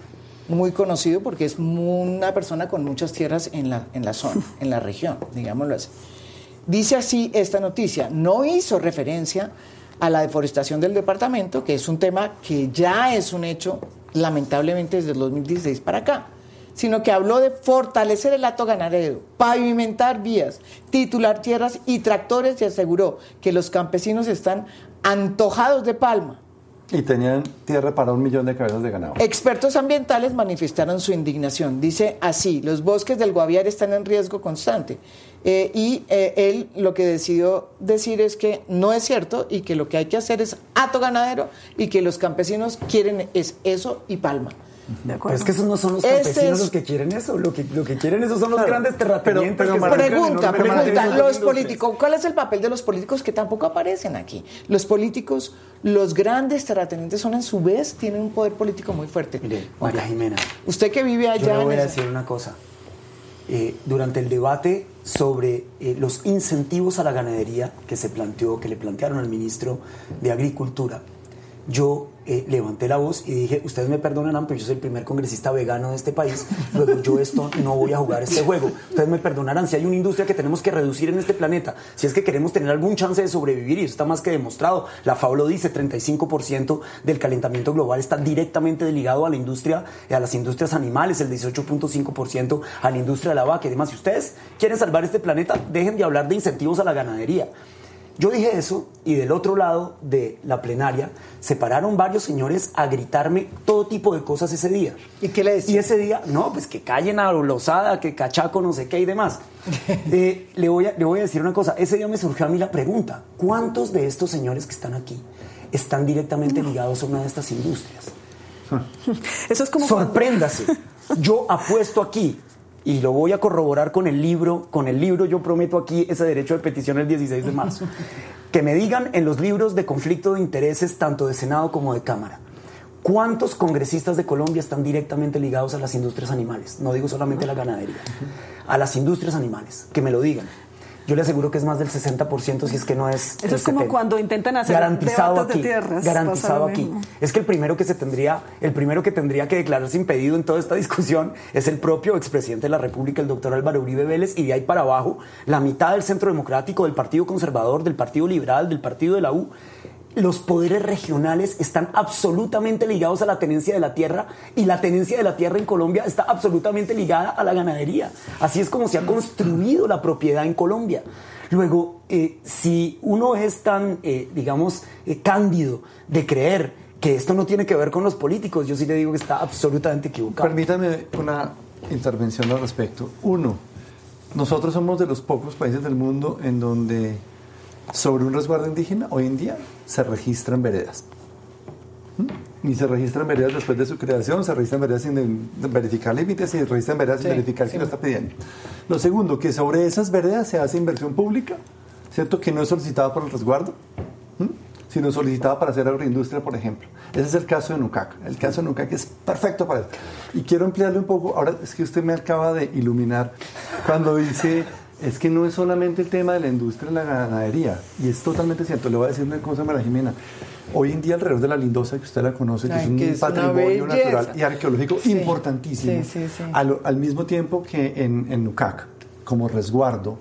muy conocido porque es una persona con muchas tierras en la, en la zona, en la región, digámoslo así. Dice así esta noticia: no hizo referencia a la deforestación del departamento, que es un tema que ya es un hecho, lamentablemente, desde el dos mil dieciséis para acá, sino que habló de fortalecer el hato ganadero, pavimentar vías, titular tierras y tractores, y aseguró que los campesinos están antojados de palma. Y tenían tierra para un millón de cabezas de ganado. Expertos ambientales manifestaron su indignación. Dice así: los bosques del Guaviare están en riesgo constante. Eh, y eh, él lo que decidió decir es que no es cierto y que lo que hay que hacer es hato ganadero y que los campesinos quieren es eso y palma. Pero es que esos no son los campesinos este es... los que quieren eso, lo que, lo que quieren esos son los claro, grandes terratenientes. Pero, pero, pregunta, no pregunta, los políticos, ¿cuál es el papel de los políticos que tampoco aparecen aquí? Los políticos, los grandes terratenientes son en su vez, tienen un poder político muy fuerte. Mire, María Jimena, usted que vive allá... Yo le voy en a esa... decir una cosa. Eh, durante el debate sobre eh, los incentivos a la ganadería que se planteó, que le plantearon al ministro de Agricultura, yo eh, levanté la voz y dije: ustedes me perdonarán, pero yo soy el primer congresista vegano de este país, luego yo esto no voy a jugar este juego. Ustedes me perdonarán si hay una industria que tenemos que reducir en este planeta, si es que queremos tener algún chance de sobrevivir, y eso está más que demostrado. La FAO lo dice: treinta y cinco por ciento del calentamiento global está directamente ligado a la industria, a las industrias animales, el dieciocho punto cinco por ciento a la industria de la vaca y demás. Si ustedes quieren salvar este planeta, dejen de hablar de incentivos a la ganadería. Yo dije eso, y del otro lado de la plenaria se pararon varios señores a gritarme todo tipo de cosas ese día. ¿Y qué le decía? Y ese día, no, pues que callen a Lozada, que cachaco, no sé qué y demás. eh, le, voy a, le voy a decir una cosa. Ese día me surgió a mí la pregunta: ¿cuántos de estos señores que están aquí están directamente ligados a una de estas industrias? Eso es como... Sorpréndase. Cuando... Yo apuesto aquí, y lo voy a corroborar con el libro, con el libro yo prometo aquí ese derecho de petición el dieciséis de marzo, que me digan en los libros de conflicto de intereses tanto de Senado como de Cámara, ¿cuántos congresistas de Colombia están directamente ligados a las industrias animales? No digo solamente a la ganadería, a las industrias animales, que me lo digan. Yo le aseguro que es más del sesenta por ciento, si es que no es... Eso es como setenta. Cuando intentan hacer garantizado debates aquí, de tierras. Garantizado aquí. Es que el primero que se tendría, el primero que tendría que declararse impedido en toda esta discusión es el propio expresidente de la República, el doctor Álvaro Uribe Vélez, y de ahí para abajo, la mitad del Centro Democrático, del Partido Conservador, del Partido Liberal, del Partido de la U. Los poderes regionales están absolutamente ligados a la tenencia de la tierra, y la tenencia de la tierra en Colombia está absolutamente ligada a la ganadería. Así es como se ha construido la propiedad en Colombia. Luego, eh, si uno es tan, eh, digamos, eh, cándido de creer que esto no tiene que ver con los políticos, yo sí le digo que está absolutamente equivocado. Permítame una intervención al respecto. Uno, nosotros somos de los pocos países del mundo en donde sobre un resguardo indígena hoy en día se registran veredas. ¿Mm? Y se registran veredas después de su creación, se registran veredas sin verificar límites y se registran veredas sin sí, verificar sí. quién lo está pidiendo. Lo segundo, que sobre esas veredas se hace inversión pública, ¿cierto? Que no es solicitada por el resguardo, ¿Mm? sino solicitada para hacer agroindustria, por ejemplo. Ese es el caso de Nucac. El caso de Nucac es perfecto para eso. Y quiero ampliarle un poco, ahora es que usted me acaba de iluminar cuando dice, es que no es solamente el tema de la industria de la ganadería, y es totalmente cierto. Le voy a decir una cosa, María Jimena. Hoy en día alrededor de la Lindosa, que usted la conoce, que Ay, es un que es patrimonio natural y arqueológico sí. importantísimo, sí, sí, sí. Al, al mismo tiempo que en, en Nucac, como resguardo,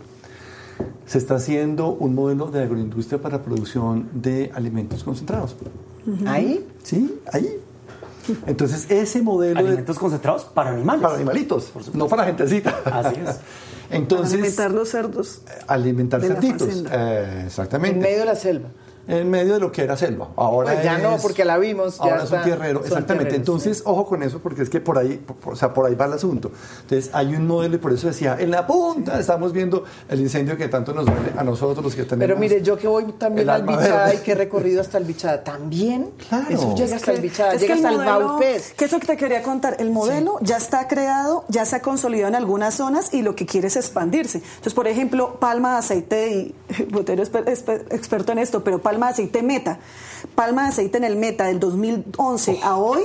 se está haciendo un modelo de agroindustria para producción de alimentos concentrados. Uh-huh. ¿Ahí? Sí, ahí. Entonces, ese modelo... ¿Alimentos de, concentrados para animales? Para animalitos, no para gentecita. Así es. Entonces, para alimentar los cerdos. Alimentar cerditos, eh, exactamente. En medio de la selva. En medio de lo que era selva. Ahora pues ya es, no, porque la vimos. Ahora ya es un tierrero, exactamente. Tierreros, Entonces, sí. ojo con eso, porque es que por ahí, por, o sea, por ahí va el asunto. Entonces, hay un modelo y por eso decía, en la punta estamos viendo el incendio que tanto nos duele a nosotros los que tenemos. Pero mire, yo que voy también al Bichada y que he recorrido hasta el Bichada, también claro. eso llega hasta que, el Bichada, es llega que hasta el, el modelo, Baupés. Que eso que te quería contar, el modelo sí. ya está creado, ya se ha consolidado en algunas zonas y lo que quiere es expandirse. Entonces, por ejemplo, palma de aceite, y Botero es experto en esto, pero palma de aceite Meta. Palma de aceite en el Meta del dos mil once oh. a hoy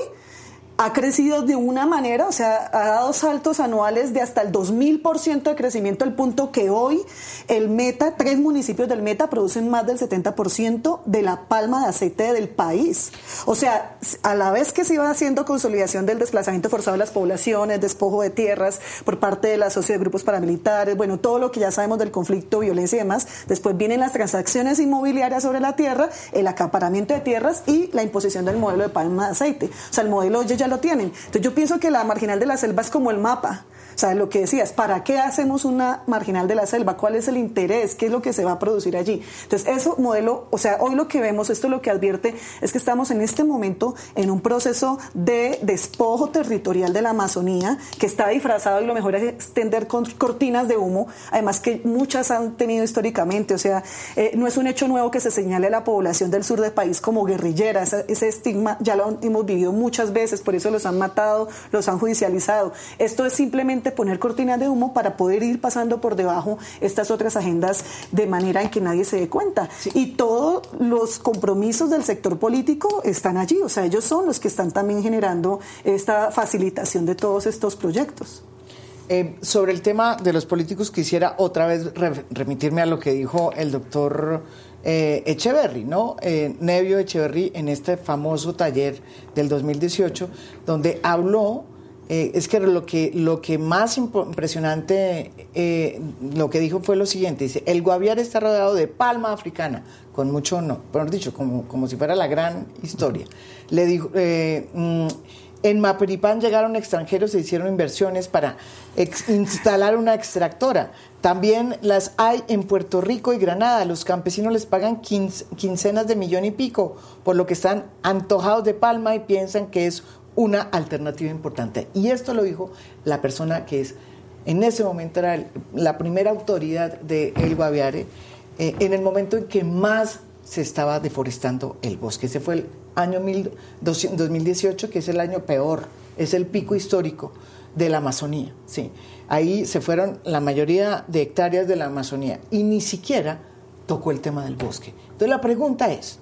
ha crecido de una manera, o sea, ha dado saltos anuales de hasta el dos mil por ciento de crecimiento, al punto que hoy el Meta, tres municipios del Meta producen más del setenta por ciento de la palma de aceite del país. O sea, a la vez que se iba haciendo consolidación del desplazamiento forzado de las poblaciones, despojo de tierras por parte de la asocio de grupos paramilitares, bueno, todo lo que ya sabemos del conflicto, violencia y demás, después vienen las transacciones inmobiliarias sobre la tierra, el acaparamiento de tierras y la imposición del modelo de palma de aceite. O sea, el modelo ya, ya lo tienen. Entonces yo pienso que la marginal de la selva es como el mapa. O sea, lo que decías, ¿para qué hacemos una marginal de la selva? ¿Cuál es el interés? ¿Qué es lo que se va a producir allí? Entonces, eso modelo, o sea, hoy lo que vemos, esto lo que advierte es que estamos en este momento en un proceso de despojo territorial de la Amazonía, que está disfrazado y lo mejor es extender con cortinas de humo, además que muchas han tenido históricamente, o sea, eh, no es un hecho nuevo que se señale a la población del sur del país como guerrillera, ese, ese estigma ya lo hemos vivido muchas veces, por eso los han matado, los han judicializado. Esto es simplemente poner cortinas de humo para poder ir pasando por debajo estas otras agendas de manera en que nadie se dé cuenta. Sí. Y todos los compromisos del sector político están allí, o sea, ellos son los que están también generando esta facilitación de todos estos proyectos. Eh, sobre el tema de los políticos, quisiera otra vez re- remitirme a lo que dijo el doctor eh, Echeverry, ¿no? Eh, Nevio Echeverry, en este famoso taller del dos mil dieciocho, donde habló. Eh, es que lo que lo que más impresionante, eh, lo que dijo fue lo siguiente, dice, el Guaviare está rodeado de palma africana, con mucho honor, mejor dicho, como, como si fuera la gran historia. Le dijo, eh, mm, en Maperipán llegaron extranjeros e hicieron inversiones para ex- instalar una extractora. También las hay en Puerto Rico y Granada. Los campesinos les pagan quince, quincenas de millón y pico, por lo que están antojados de palma y piensan que es una alternativa importante. Y esto lo dijo la persona que es, en ese momento era el, la primera autoridad de El Guaviare, eh, en el momento en que más se estaba deforestando el bosque. Ese fue el año mil, dos mil dieciocho, que es el año peor, es el pico histórico de la Amazonía. Sí. Ahí se fueron la mayoría de hectáreas de la Amazonía y ni siquiera tocó el tema del bosque. Entonces la pregunta es,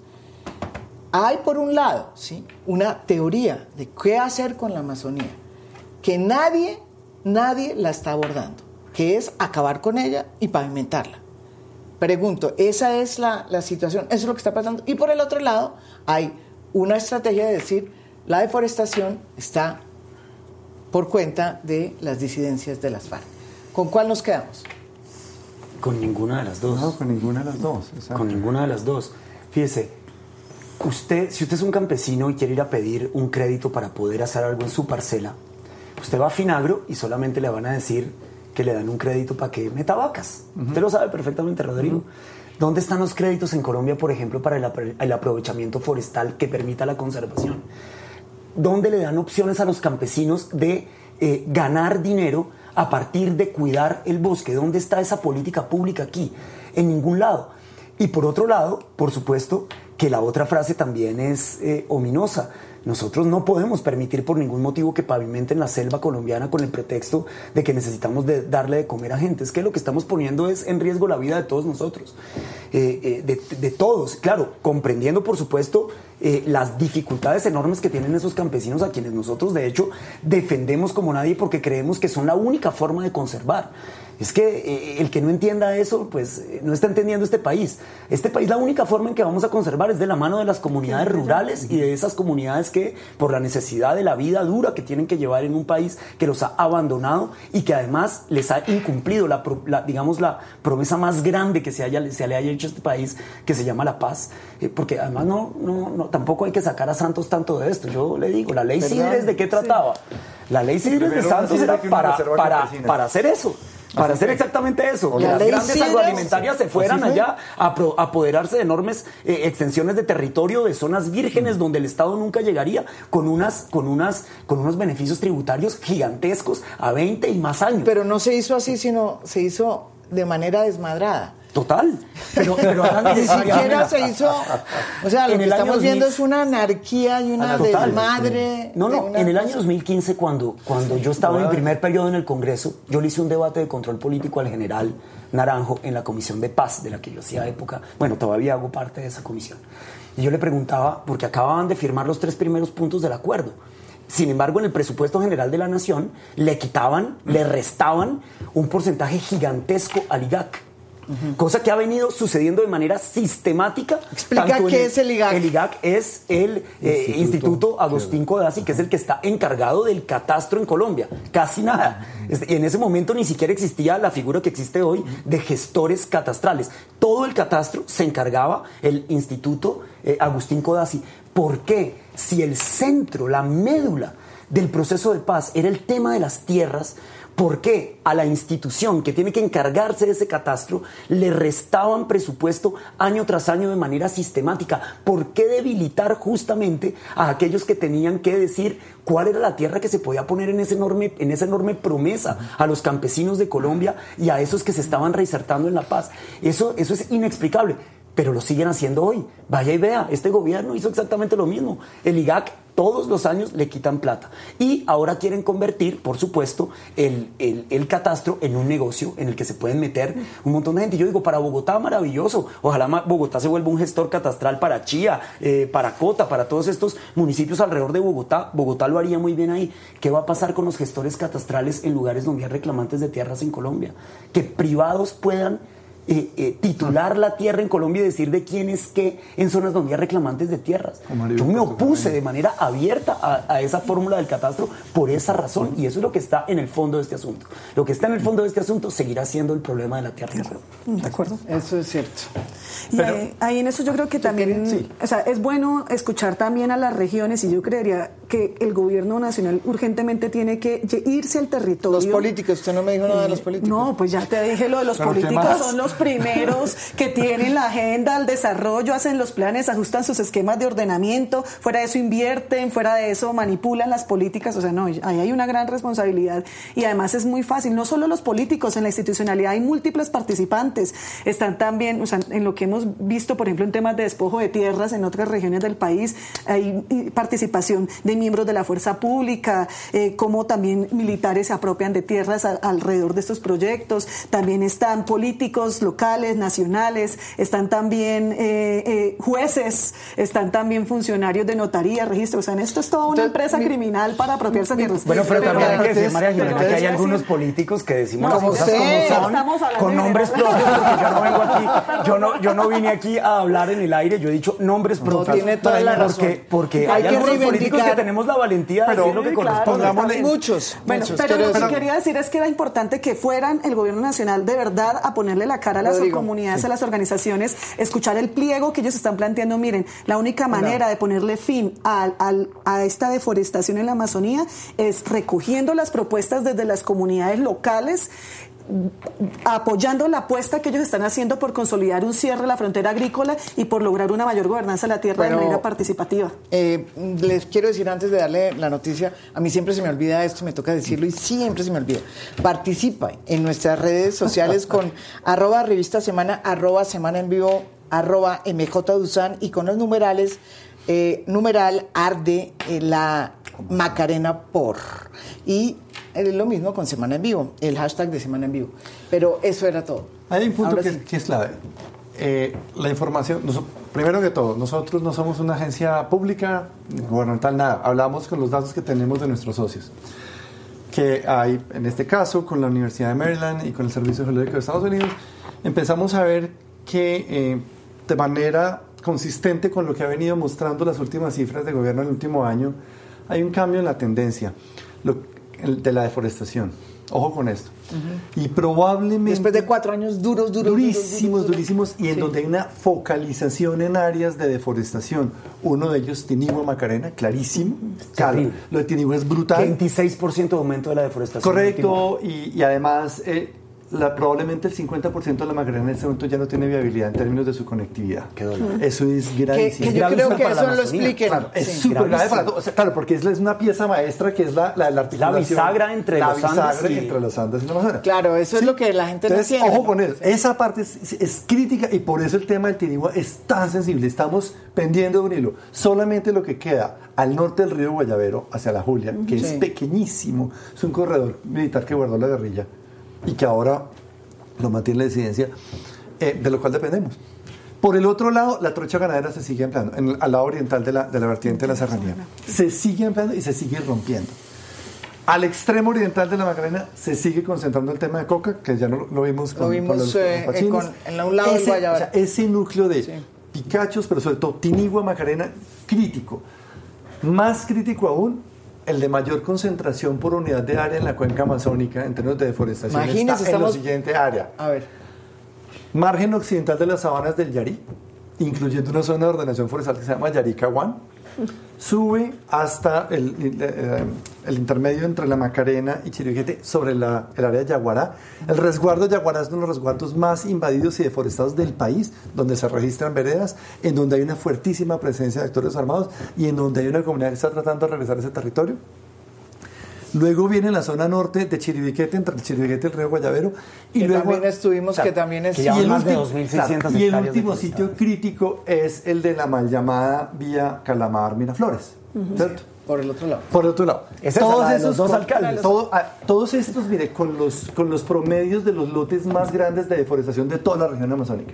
hay por un lado, ¿sí?, una teoría de qué hacer con la Amazonía, que nadie, nadie la está abordando, que es acabar con ella y pavimentarla. Pregunto, ¿esa es la, la situación? ¿Eso es lo que está pasando? Y por el otro lado, hay una estrategia de decir, la deforestación está por cuenta de las disidencias de las FARC. ¿Con cuál nos quedamos? Con ninguna de las dos. No, con ninguna de las dos. Exacto. Con ninguna de las dos. Fíjese, usted, si usted es un campesino y quiere ir a pedir un crédito para poder hacer algo en su parcela, usted va a Finagro y solamente le van a decir que le dan un crédito para que meta vacas. Uh-huh. Usted lo sabe perfectamente, Rodrigo. Uh-huh. ¿Dónde están los créditos en Colombia, por ejemplo, para el, apro- el aprovechamiento forestal que permita la conservación? ¿Dónde le dan opciones a los campesinos de eh, ganar dinero a partir de cuidar el bosque. ¿Dónde está esa política pública aquí? En ningún lado. Y por otro lado, por supuesto, que la otra frase también es eh, ominosa. Nosotros no podemos permitir por ningún motivo que pavimenten la selva colombiana con el pretexto de que necesitamos de darle de comer a gente. Es que lo que estamos poniendo es en riesgo la vida de todos nosotros, eh, eh, de, de todos. Claro, comprendiendo por supuesto eh, las dificultades enormes que tienen esos campesinos a quienes nosotros de hecho defendemos como nadie porque creemos que son la única forma de conservar. Es que eh, el que no entienda eso, pues eh, no está entendiendo este país. Este país, la única forma en que vamos a conservar es de la mano de las comunidades rurales y de esas comunidades que, por la necesidad de la vida dura que tienen que llevar en un país que los ha abandonado y que además les ha incumplido la, la digamos, la promesa más grande que se, haya, se le haya hecho a este país, que se llama la paz. Eh, porque además no, no, no, tampoco hay que sacar a Santos tanto de esto. Yo le digo, la ley Sidres, ¿de qué trataba? Sí. La ley Sidres de Santos era para, para, para hacer eso. Para hacer exactamente eso, que las grandes agroalimentarias se fueran allá a, pro, a apoderarse de enormes eh, extensiones de territorio, de zonas vírgenes mm. donde el Estado nunca llegaría, con unas, con unas, con unos beneficios tributarios gigantescos a veinte y más años. Pero no se hizo así, sino se hizo de manera desmadrada. Total, pero, pero ni siquiera se hizo, o sea, lo que estamos viendo es una anarquía y una total, desmadre. No, no, de en el año dos mil quince cuando, cuando yo estaba en mi primer periodo en el Congreso, yo le hice un debate de control político al general Naranjo en la Comisión de Paz, de la que yo hacía época, bueno, todavía hago parte de esa comisión. Y yo le preguntaba, porque acababan de firmar los tres primeros puntos del acuerdo. Sin embargo, en el presupuesto general de la Nación le quitaban, le restaban un porcentaje gigantesco al I G A C. Uh-huh. Cosa que ha venido sucediendo de manera sistemática. Explica qué es el I G A C. El I G A C es el eh, Instituto, Instituto Agustín Codazzi, que es el que está encargado del catastro en Colombia. Casi nada. Y en ese momento ni siquiera existía la figura que existe hoy de gestores catastrales. Todo el catastro se encargaba el Instituto eh, Agustín Codazzi. ¿Por qué? Si el centro, la médula del proceso de paz era el tema de las tierras, ¿por qué a la institución que tiene que encargarse de ese catastro le restaban presupuesto año tras año de manera sistemática? ¿Por qué debilitar justamente a aquellos que tenían que decir cuál era la tierra que se podía poner en, ese enorme, en esa enorme promesa a los campesinos de Colombia y a esos que se estaban reinsertando en la paz? Eso, eso es inexplicable. Pero lo siguen haciendo hoy. Vaya y vea, este gobierno hizo exactamente lo mismo. El I G A C todos los años le quitan plata. Y ahora quieren convertir, por supuesto, el, el, el catastro en un negocio en el que se pueden meter un montón de gente. Yo digo, para Bogotá, maravilloso. Ojalá Bogotá se vuelva un gestor catastral para Chía, eh, para Cota, para todos estos municipios alrededor de Bogotá. Bogotá lo haría muy bien ahí. ¿Qué va a pasar con los gestores catastrales en lugares donde hay reclamantes de tierras en Colombia? Que privados puedan Eh, eh, titular la tierra en Colombia y decir de quién es qué en zonas donde hay reclamantes de tierras. Yo me opuse de manera abierta a, a esa fórmula del catastro por esa razón, y eso es lo que está en el fondo de este asunto. Lo que está en el fondo de este asunto seguirá siendo el problema de la tierra. ¿De acuerdo? Eso es cierto. Y Pero, ahí, ahí en eso yo creo que también, sí. o sea, es bueno escuchar también a las regiones, y yo creería que el gobierno nacional urgentemente tiene que irse al territorio. Los políticos, usted no me dijo nada eh, de los políticos. No, pues ya te dije lo de los Pero políticos, son los primeros que tienen la agenda, el desarrollo, hacen los planes, ajustan sus esquemas de ordenamiento, fuera de eso invierten, fuera de eso manipulan las políticas, o sea, no, ahí hay una gran responsabilidad, y además es muy fácil, no solo los políticos, en la institucionalidad hay múltiples participantes, están también, o sea, en lo que hemos visto, por ejemplo, en temas de despojo de tierras en otras regiones del país, hay participación de miembros de la fuerza pública, eh, como también militares se apropian de tierras a, alrededor de estos proyectos, también están políticos locales, nacionales, están también eh, eh, jueces, están también funcionarios de notaría, registro, o sea, en esto es toda una Entonces, empresa mi, criminal para apropiarse de tierras. Bueno, pero, pero también hay que decir, María Jimena, que hay algunos políticos que decimos no, las cosas como son, con nombres propios, porque yo no vengo aquí, yo no, yo no vine aquí a hablar en el aire, yo he dicho nombres propios. No tiene toda la razón. Porque, porque hay, hay algunos políticos que tenemos la valentía de decir lo que corresponde. Pongámosle muchos. Bueno, muchos, pero lo que decir. quería decir es que era importante que fueran el gobierno nacional de verdad a ponerle la cara a las Rodrigo, comunidades, sí. a las organizaciones, escuchar el pliego que ellos están planteando. Miren, la única manera no. de ponerle fin a, a, a esta deforestación en la Amazonía es recogiendo las propuestas desde las comunidades locales, apoyando la apuesta que ellos están haciendo por consolidar un cierre de la frontera agrícola y por lograr una mayor gobernanza de la tierra Pero, de manera participativa. Eh, les quiero decir antes de darle la noticia, a mí siempre se me olvida esto, me toca decirlo y siempre se me olvida. Participa en nuestras redes sociales con arroba revista semana, arroba semana en vivo, arroba mjduzán y con los numerales, eh, numeral arde eh, la Macarena por. Y es lo mismo con Semana en Vivo, el hashtag de Semana en Vivo. Pero eso era todo. Hay un punto que, sí. que es clave. Eh, la información, nos, primero que todo, nosotros no somos una agencia pública, gubernamental, nada. Hablamos con los datos que tenemos de nuestros socios. Que hay, en este caso, con la Universidad de Maryland y con el Servicio Geológico de Estados Unidos, empezamos a ver que eh, de manera consistente con lo que ha venido mostrando las últimas cifras de gobierno en el último año, hay un cambio en la tendencia lo, de la deforestación. Ojo con esto. Uh-huh. Y probablemente... Después de cuatro años duros, duros, durísimos, duros, duros, durísimos, y en sí. donde hay una focalización en áreas de deforestación. Uno de ellos, Tinigua Macarena, clarísimo. Claro, lo de Tinigua es brutal. veintiséis por ciento de aumento de la deforestación. Correcto, y, y además... Eh, La, probablemente el cincuenta por ciento de la Macarena en este momento ya no tiene viabilidad en términos de su conectividad. Qué dolor. Eso es gravísimo. Que, que yo creo que eso lo expliquen. Claro, es sí. súper grave para todo. O sea, claro, porque es, es una pieza maestra que es la, la, la articulación. La bisagra entre la los Andes bisagra y... entre los Andes y la Amazonas. Claro, eso ¿sí? es lo que la gente Entonces, no entiende. ojo con eso. Esa parte es, es, es crítica y por eso el tema del Tinigua es tan sensible. Estamos pendiendo de un hilo. Solamente lo que queda al norte del río Guayavero, hacia la Julia, que sí. es pequeñísimo. Es un corredor militar que guardó la guerrilla y que ahora... lo mantiene la disidencia, eh, de lo cual dependemos. Por el otro lado, la trocha ganadera se sigue empleando, en el, al lado oriental de la, de la vertiente de la serranía. Se sigue empleando y se sigue rompiendo. Al extremo oriental de la Macarena se sigue concentrando el tema de coca, que ya no lo vimos con, lo vimos, con los, eh, con los con, en un lado ese, del Guayabal. O sea, ese núcleo de sí. picachos, pero sobre todo Tinigua, Macarena, crítico. Más crítico aún, el de mayor concentración por unidad de área en la cuenca amazónica en términos de deforestación. Imagínense, está estamos... en la siguiente área. A ver. Margen occidental de las sabanas del Yarí, incluyendo una zona de ordenación forestal que se llama Yarí-Caguán, sube hasta el, el, el intermedio entre la Macarena y Chiriquete sobre la, el área de Yaguará. El resguardo de Yaguará es uno de los resguardos más invadidos y deforestados del país, donde se registran veredas, en donde hay una fuertísima presencia de actores armados y en donde hay una comunidad que está tratando de regresar a ese territorio. Luego viene la zona norte de Chiribiquete, entre el Chiribiquete y el río Guayavero. Y que luego, también estuvimos, claro, que también es... Que ya y el más de último, dos mil seiscientas claro, y el hectáreas último de sitio crítico es el de la mal llamada vía Calamar-Miraflores, uh-huh. ¿cierto? Por el otro lado. Por el otro lado. Es esa, todos la de esos los dos con, alcaldes. todo, a, todos estos, mire, con los, con los promedios de los lotes más grandes de deforestación de toda la región amazónica.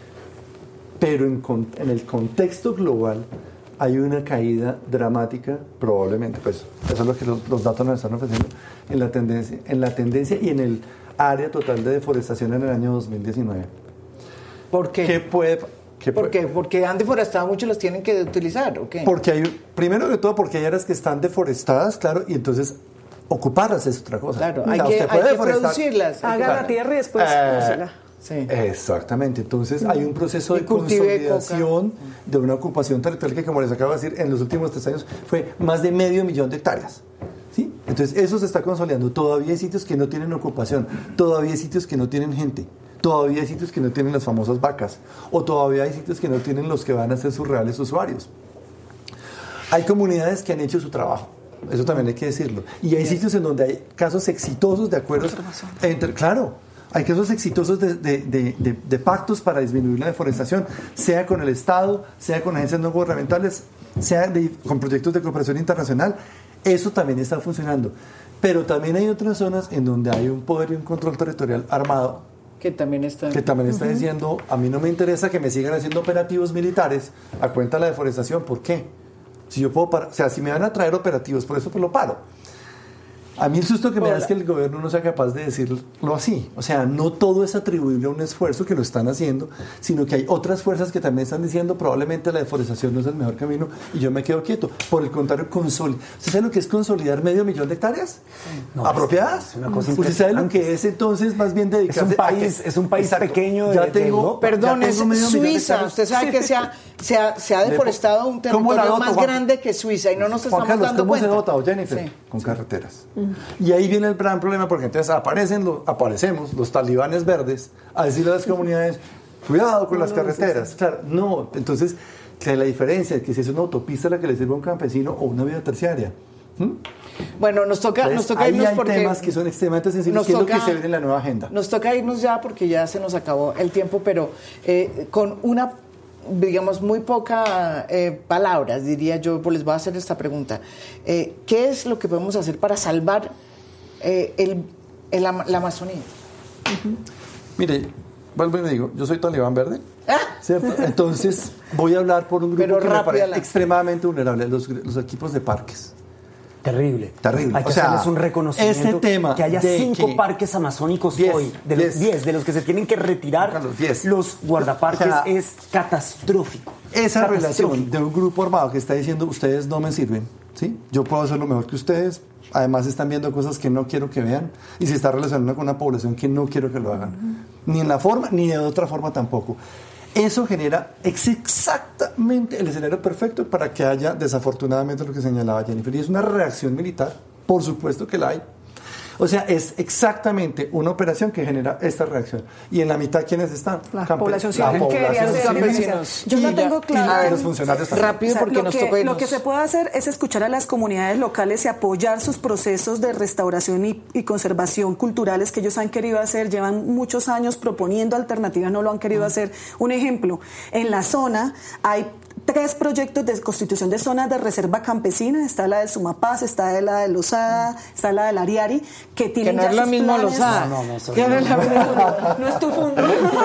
Pero en, en el contexto global hay una caída dramática, probablemente, pues eso es lo que los, los datos nos están ofreciendo, en la tendencia, en la tendencia y en el área total de deforestación en el año dos mil diecinueve. ¿Por qué? ¿Qué puede, qué ¿Por puede? qué? Porque han deforestado mucho, los tienen que utilizar, ¿o qué? Porque hay, primero de todo, porque hay áreas que están deforestadas, claro, y entonces ocuparlas es otra cosa. Claro, o sea, hay que, usted puede hay que deforestar. producirlas. Haga la tierra y después Eh, úsela. Sí. Exactamente, entonces hay un proceso Y de cultive consolidación coca. de una ocupación territorial que, como les acabo de decir, en los últimos tres años fue más de medio millón de hectáreas. ¿Sí? Entonces eso se está consolidando. Todavía hay sitios que no tienen ocupación, todavía hay sitios que no tienen gente, todavía hay sitios que no tienen las famosas vacas, o todavía hay sitios que no tienen los que van a ser sus reales usuarios. Hay comunidades que han hecho su trabajo. Eso también hay que decirlo. Y hay sitios en donde hay casos exitosos de acuerdos entre, claro, hay casos exitosos de, de, de, de, de pactos para disminuir la deforestación, sea con el Estado, sea con agencias no gubernamentales, sea de, con proyectos de cooperación internacional. Eso también está funcionando. Pero también hay otras zonas en donde hay un poder y un control territorial armado Que también está... que también está uh-huh. diciendo, a mí no me interesa que me sigan haciendo operativos militares a cuenta de la deforestación. ¿Por qué? Si yo puedo parar, o sea, si me van a traer operativos, por eso pues lo paro. A mí el susto que me da es que el gobierno no sea capaz de decirlo así. O sea, no todo es atribuible a un esfuerzo que lo están haciendo, sino que hay otras fuerzas que también están diciendo probablemente la deforestación no es el mejor camino y yo me quedo quieto. Por el contrario, consolidar. ¿Usted sabe lo que es consolidar medio millón de hectáreas? No, ¿apropiadas? Es una cosa ¿Usted sabe lo que es entonces más bien dedicarse es un país, a que, es un país exacto, pequeño de, ya tengo, de Europa. Perdón, ya es tengo medio millón de Suiza. hectáreas. Usted sabe que se ha, se ha, se ha deforestado un territorio más Juan? grande que Suiza y no nos estamos Juan Carlos, dando ¿cómo cuenta. se ha dotado, Jennifer? Sí. Con carreteras. Uh-huh. Y ahí viene el gran problema, porque entonces aparecen los, aparecemos los talibanes verdes a decirle a las comunidades, cuidado con no, las no, carreteras. Sí, sí. Claro, no, entonces, que la diferencia es que si es una autopista la que le sirve a un campesino o una vía terciaria. ¿Mm? Bueno, nos toca, Entonces, nos toca ahí irnos hay porque temas que son extremadamente sensibles, que es lo que se ve en la nueva agenda. Nos toca irnos ya porque ya se nos acabó el tiempo, pero eh, con una, digamos, muy pocas eh, palabras, diría yo, pues les voy a hacer esta pregunta. Eh, ¿Qué es lo que podemos hacer para salvar eh, el, el, la Amazonía? Uh-huh. Mire, vuelvo y me digo, yo soy talibán verde, ¿cierto? Entonces voy a hablar por un grupo pero que me parece la... extremadamente vulnerable, los, los equipos de parques. Terrible. Terrible. Hay que o sea, hacerles un reconocimiento. Este tema que haya cinco que parques amazónicos diez, hoy, de los diez, de los que se tienen que retirar, Carlos, los guardaparques, o sea, es catastrófico. Esa catastrófico. relación de un grupo armado que está diciendo, ustedes no me sirven, ¿sí? Yo puedo hacer lo mejor que ustedes, además están viendo cosas que no quiero que vean, y se está relacionando con una población que no quiero que lo hagan. Uh-huh. Ni en la forma, ni de otra forma tampoco. Eso genera es exactamente el escenario perfecto para que haya, desafortunadamente, lo que señalaba Jennifer. Y es una reacción militar, por supuesto que la hay. O sea, es exactamente una operación que genera esta reacción. Y en la mitad, ¿quiénes están? La Campe- población la civil. Población Yo no tengo claro. Y los funcionarios rápido, o sea, porque lo, nos que, toca lo que se puede hacer es escuchar a las comunidades locales y apoyar sus procesos de restauración y, y conservación culturales que ellos han querido hacer. Llevan muchos años proponiendo alternativas, no lo han querido hacer. Un ejemplo, en la zona hay tres proyectos de constitución de zonas de reserva campesina. Está la del Sumapaz, está la de Lozada, está la del Ariari, que tienen que no ya es lo sus mismo planes. Lozada. No, no, no, que no es la misma. No es tu fondo.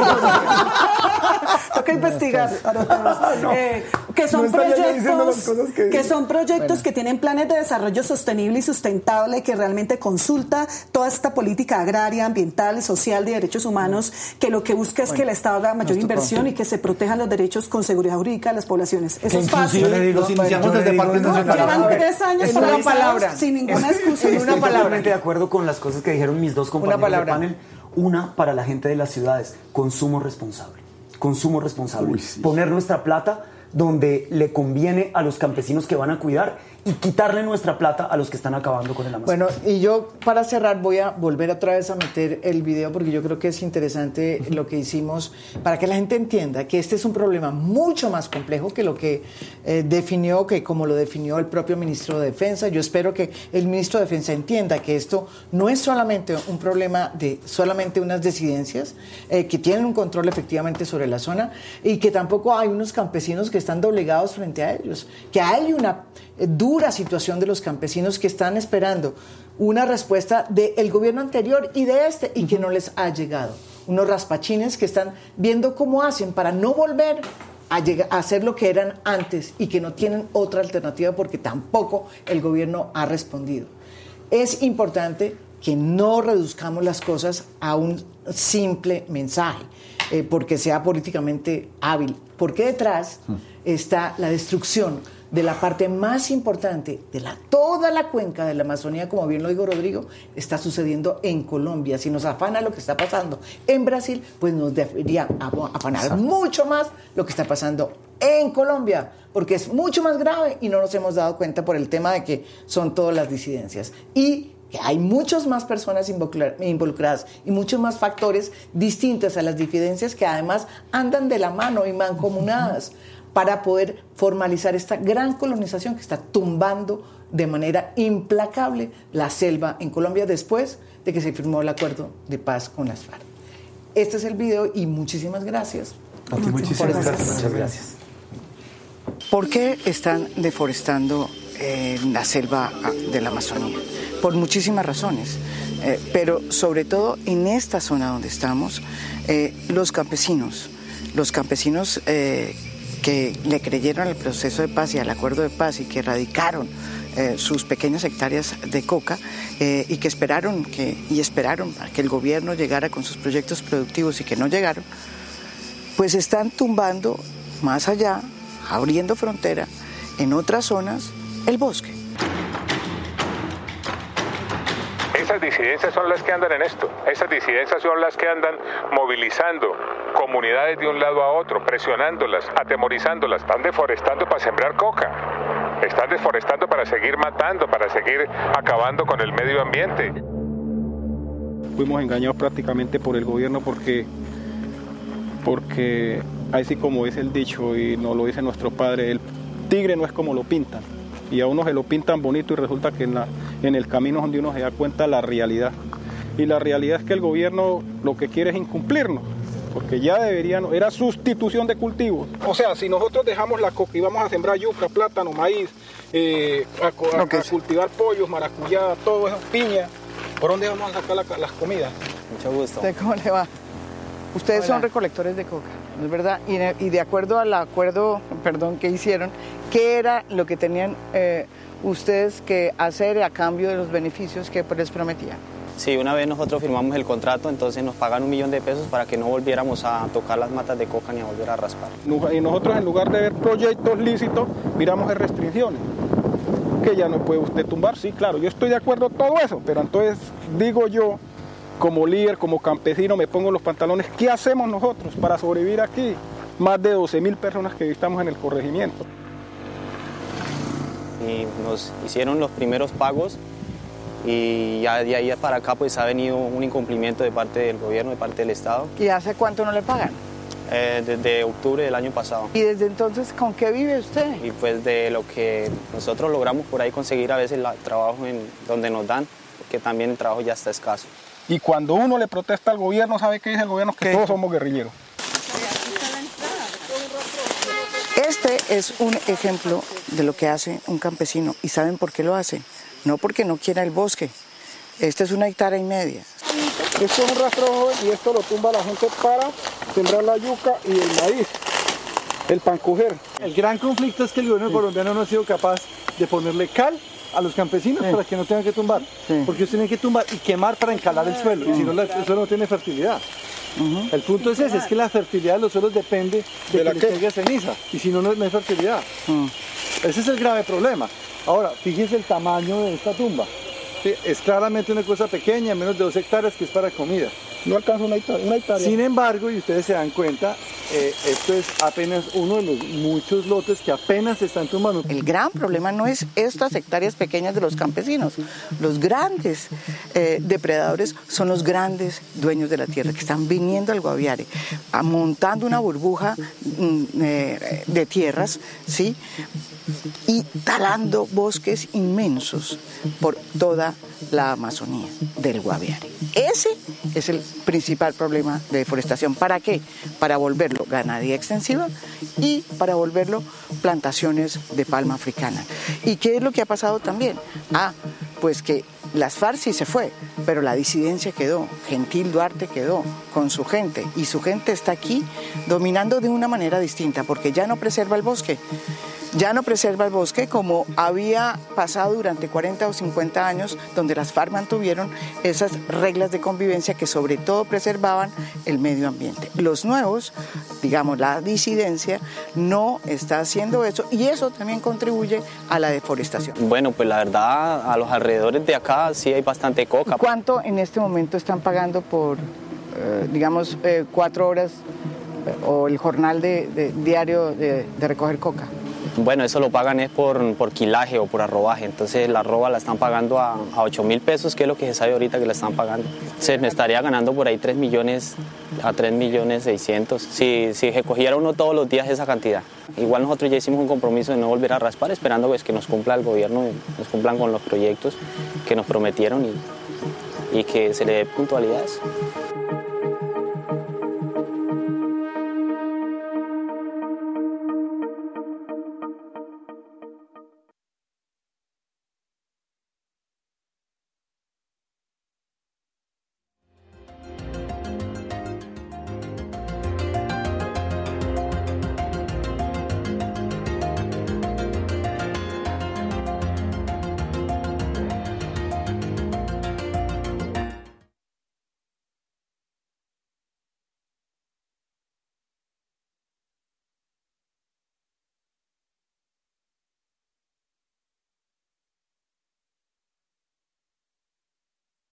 Toca investigar. No. Eh, que son no proyectos que... que son proyectos bueno. que tienen planes de desarrollo sostenible y sustentable, que realmente consulta toda esta política agraria, ambiental, social, de derechos humanos, que lo que busca es bueno, que el Estado haga mayor inversión y que se protejan los derechos con seguridad jurídica de las poblaciones. Eso es fácil. Yo le digo, los iniciamos desde parques nacionales. Llevan tres años en una palabra, sin ninguna excusa. En una palabra. De acuerdo con las cosas que dijeron mis dos compañeros del panel. Una, para la gente de las ciudades, consumo responsable. Consumo responsable. Uy, sí. Poner nuestra plata donde le conviene a los campesinos que van a cuidar y quitarle nuestra plata a los que están acabando con el Amazonas. Bueno, y yo para cerrar voy a volver otra vez a meter el video porque yo creo que es interesante lo que hicimos para que la gente entienda que este es un problema mucho más complejo que lo que eh, definió, que como lo definió el propio ministro de Defensa. Yo espero que el ministro de Defensa entienda que esto no es solamente un problema de solamente unas disidencias eh, que tienen un control efectivamente sobre la zona y que tampoco hay unos campesinos que están doblegados frente a ellos, que hay una eh, dura situación de los campesinos que están esperando una respuesta del gobierno anterior y de este y que no les ha llegado. Unos raspachines que están viendo cómo hacen para no volver a, llegar, a hacer lo que eran antes y que no tienen otra alternativa porque tampoco el gobierno ha respondido. Es importante que no reduzcamos las cosas a un simple mensaje, eh, porque sea políticamente hábil, porque detrás está la destrucción de la parte más importante de la, toda la cuenca de la Amazonía, como bien lo dijo Rodrigo, está sucediendo en Colombia. Si nos afana lo que está pasando en Brasil, pues nos debería afanar Exacto. mucho más lo que está pasando en Colombia, porque es mucho más grave y no nos hemos dado cuenta por el tema de que son todas las disidencias. Y que hay muchas más personas involucradas y muchos más factores distintos a las disidencias que además andan de la mano y mancomunadas para poder formalizar esta gran colonización que está tumbando de manera implacable la selva en Colombia después de que se firmó el acuerdo de paz con las FARC. Este es el video y muchísimas gracias. A ti muchísimas gracias. Muchas gracias. ¿Por qué están deforestando eh, la selva de la Amazonía? Por muchísimas razones, eh, pero sobre todo en esta zona donde estamos, eh, los campesinos, los campesinos eh, que le creyeron al proceso de paz y al acuerdo de paz y que erradicaron eh, sus pequeñas hectáreas de coca eh, y que esperaron que, y esperaron a que el gobierno llegara con sus proyectos productivos y que no llegaron, pues están tumbando más allá, abriendo frontera en otras zonas, el bosque. Esas disidencias son las que andan en esto. Esas disidencias son las que andan movilizando comunidades de un lado a otro, presionándolas, atemorizándolas. Están deforestando para sembrar coca. Están deforestando para seguir matando, para seguir acabando con el medio ambiente. Fuimos engañados prácticamente por el gobierno porque, porque así como dice el dicho y nos lo dice nuestro padre, el tigre no es como lo pintan. Y a uno se lo pintan bonito y resulta que en, la, en el camino es donde uno se da cuenta de la realidad. Y la realidad es que el gobierno lo que quiere es incumplirnos, porque ya deberían, era sustitución de cultivos. O sea, si nosotros dejamos la coca y vamos a sembrar yuca, plátano, maíz, eh, a, a, a cultivar pollos, maracuyá, todo eso, piña, ¿por dónde vamos a sacar la, las comidas? Mucho gusto. ¿Cómo le va? Ustedes Hola. son recolectores de coca, ¿no es verdad? Y de, y de acuerdo al acuerdo, perdón, que hicieron, ¿qué era lo que tenían eh, ustedes que hacer a cambio de los beneficios que les prometían? Sí, una vez nosotros firmamos el contrato, entonces nos pagan un millón de pesos para que no volviéramos a tocar las matas de coca ni a volver a raspar. Y nosotros, en lugar de ver proyectos lícitos, miramos en restricciones. Que ya no puede usted tumbar, sí, claro, yo estoy de acuerdo con todo eso, pero entonces digo yo, como líder, como campesino, me pongo los pantalones, ¿qué hacemos nosotros para sobrevivir aquí? Más de doce mil personas que estamos en el corregimiento. Y nos hicieron los primeros pagos y ya de ahí para acá pues ha venido un incumplimiento de parte del gobierno, de parte del Estado. ¿Y hace cuánto no le pagan? Eh, desde octubre del año pasado. ¿Y desde entonces con qué vive usted? Y pues de lo que nosotros logramos por ahí conseguir a veces el trabajo en donde nos dan, porque también el trabajo ya está escaso. Y cuando uno le protesta al gobierno, ¿sabe qué dice el gobierno? Que ¿Qué? todos somos guerrilleros. Este es un ejemplo de lo que hace un campesino. ¿Y saben por qué lo hace? No porque no quiera el bosque. Esta es una hectárea y media. Esto es un rastro joven y esto lo tumba la gente para sembrar la yuca y el maíz, el pancujer. El gran conflicto es que el gobierno colombiano no ha sido capaz de ponerle cal a los campesinos Sí. para que no tengan que tumbar. Sí. Porque ellos tienen que tumbar y quemar para encalar el suelo. Y si no, la- el suelo no tiene fertilidad. Uh-huh. El punto es ese, es que la fertilidad de los suelos depende de, ¿De la que qué? les caiga ceniza. Y si no, no no hay fertilidad. Mm. Ese es el grave problema. Ahora, fíjense el tamaño de esta tumba. Sí, es claramente una cosa pequeña, menos de dos hectáreas, que es para comida. No alcanza una hectárea. Una hectárea. Sin embargo, y ustedes se dan cuenta, eh, esto es apenas uno de los muchos lotes que apenas se están tumbando. El gran problema no es estas hectáreas pequeñas de los campesinos. Los grandes eh, depredadores son los grandes dueños de la tierra que están viniendo al Guaviare, a- montando una burbuja mm, eh, de tierras, ¿sí? Y talando bosques inmensos por toda la Amazonía del Guaviare. Ese es el principal problema de deforestación. ¿Para qué? Para volverlo ganadería extensiva y para volverlo plantaciones de palma africana. ¿Y qué es lo que ha pasado también? Ah, pues que las FARC sí se fue, pero la disidencia quedó. Gentil Duarte quedó con su gente y su gente está aquí dominando de una manera distinta porque ya no preserva el bosque. Ya no preserva el bosque como había pasado durante cuarenta o cincuenta años, donde las FARC mantuvieron esas reglas de convivencia que sobre todo preservaban el medio ambiente. Los nuevos, digamos la disidencia, no está haciendo eso y eso también contribuye a la deforestación. Bueno, pues la verdad, a los alrededores de acá sí hay bastante coca. ¿Cuánto en este momento están pagando por, eh, digamos, eh, cuatro horas eh, o el jornal de, de- diario de, de recoger coca? Bueno, eso lo pagan es por, por quilaje o por arrobaje, entonces la arroba la están pagando a, a ocho mil pesos, que es lo que se sabe ahorita que la están pagando. Se me estaría ganando por ahí tres millones a tres millones seiscientos, si, si recogiera uno todos los días esa cantidad. Igual nosotros ya hicimos un compromiso de no volver a raspar, esperando pues, que nos cumpla el gobierno, nos cumplan con los proyectos que nos prometieron y, y que se le dé puntualidad a eso.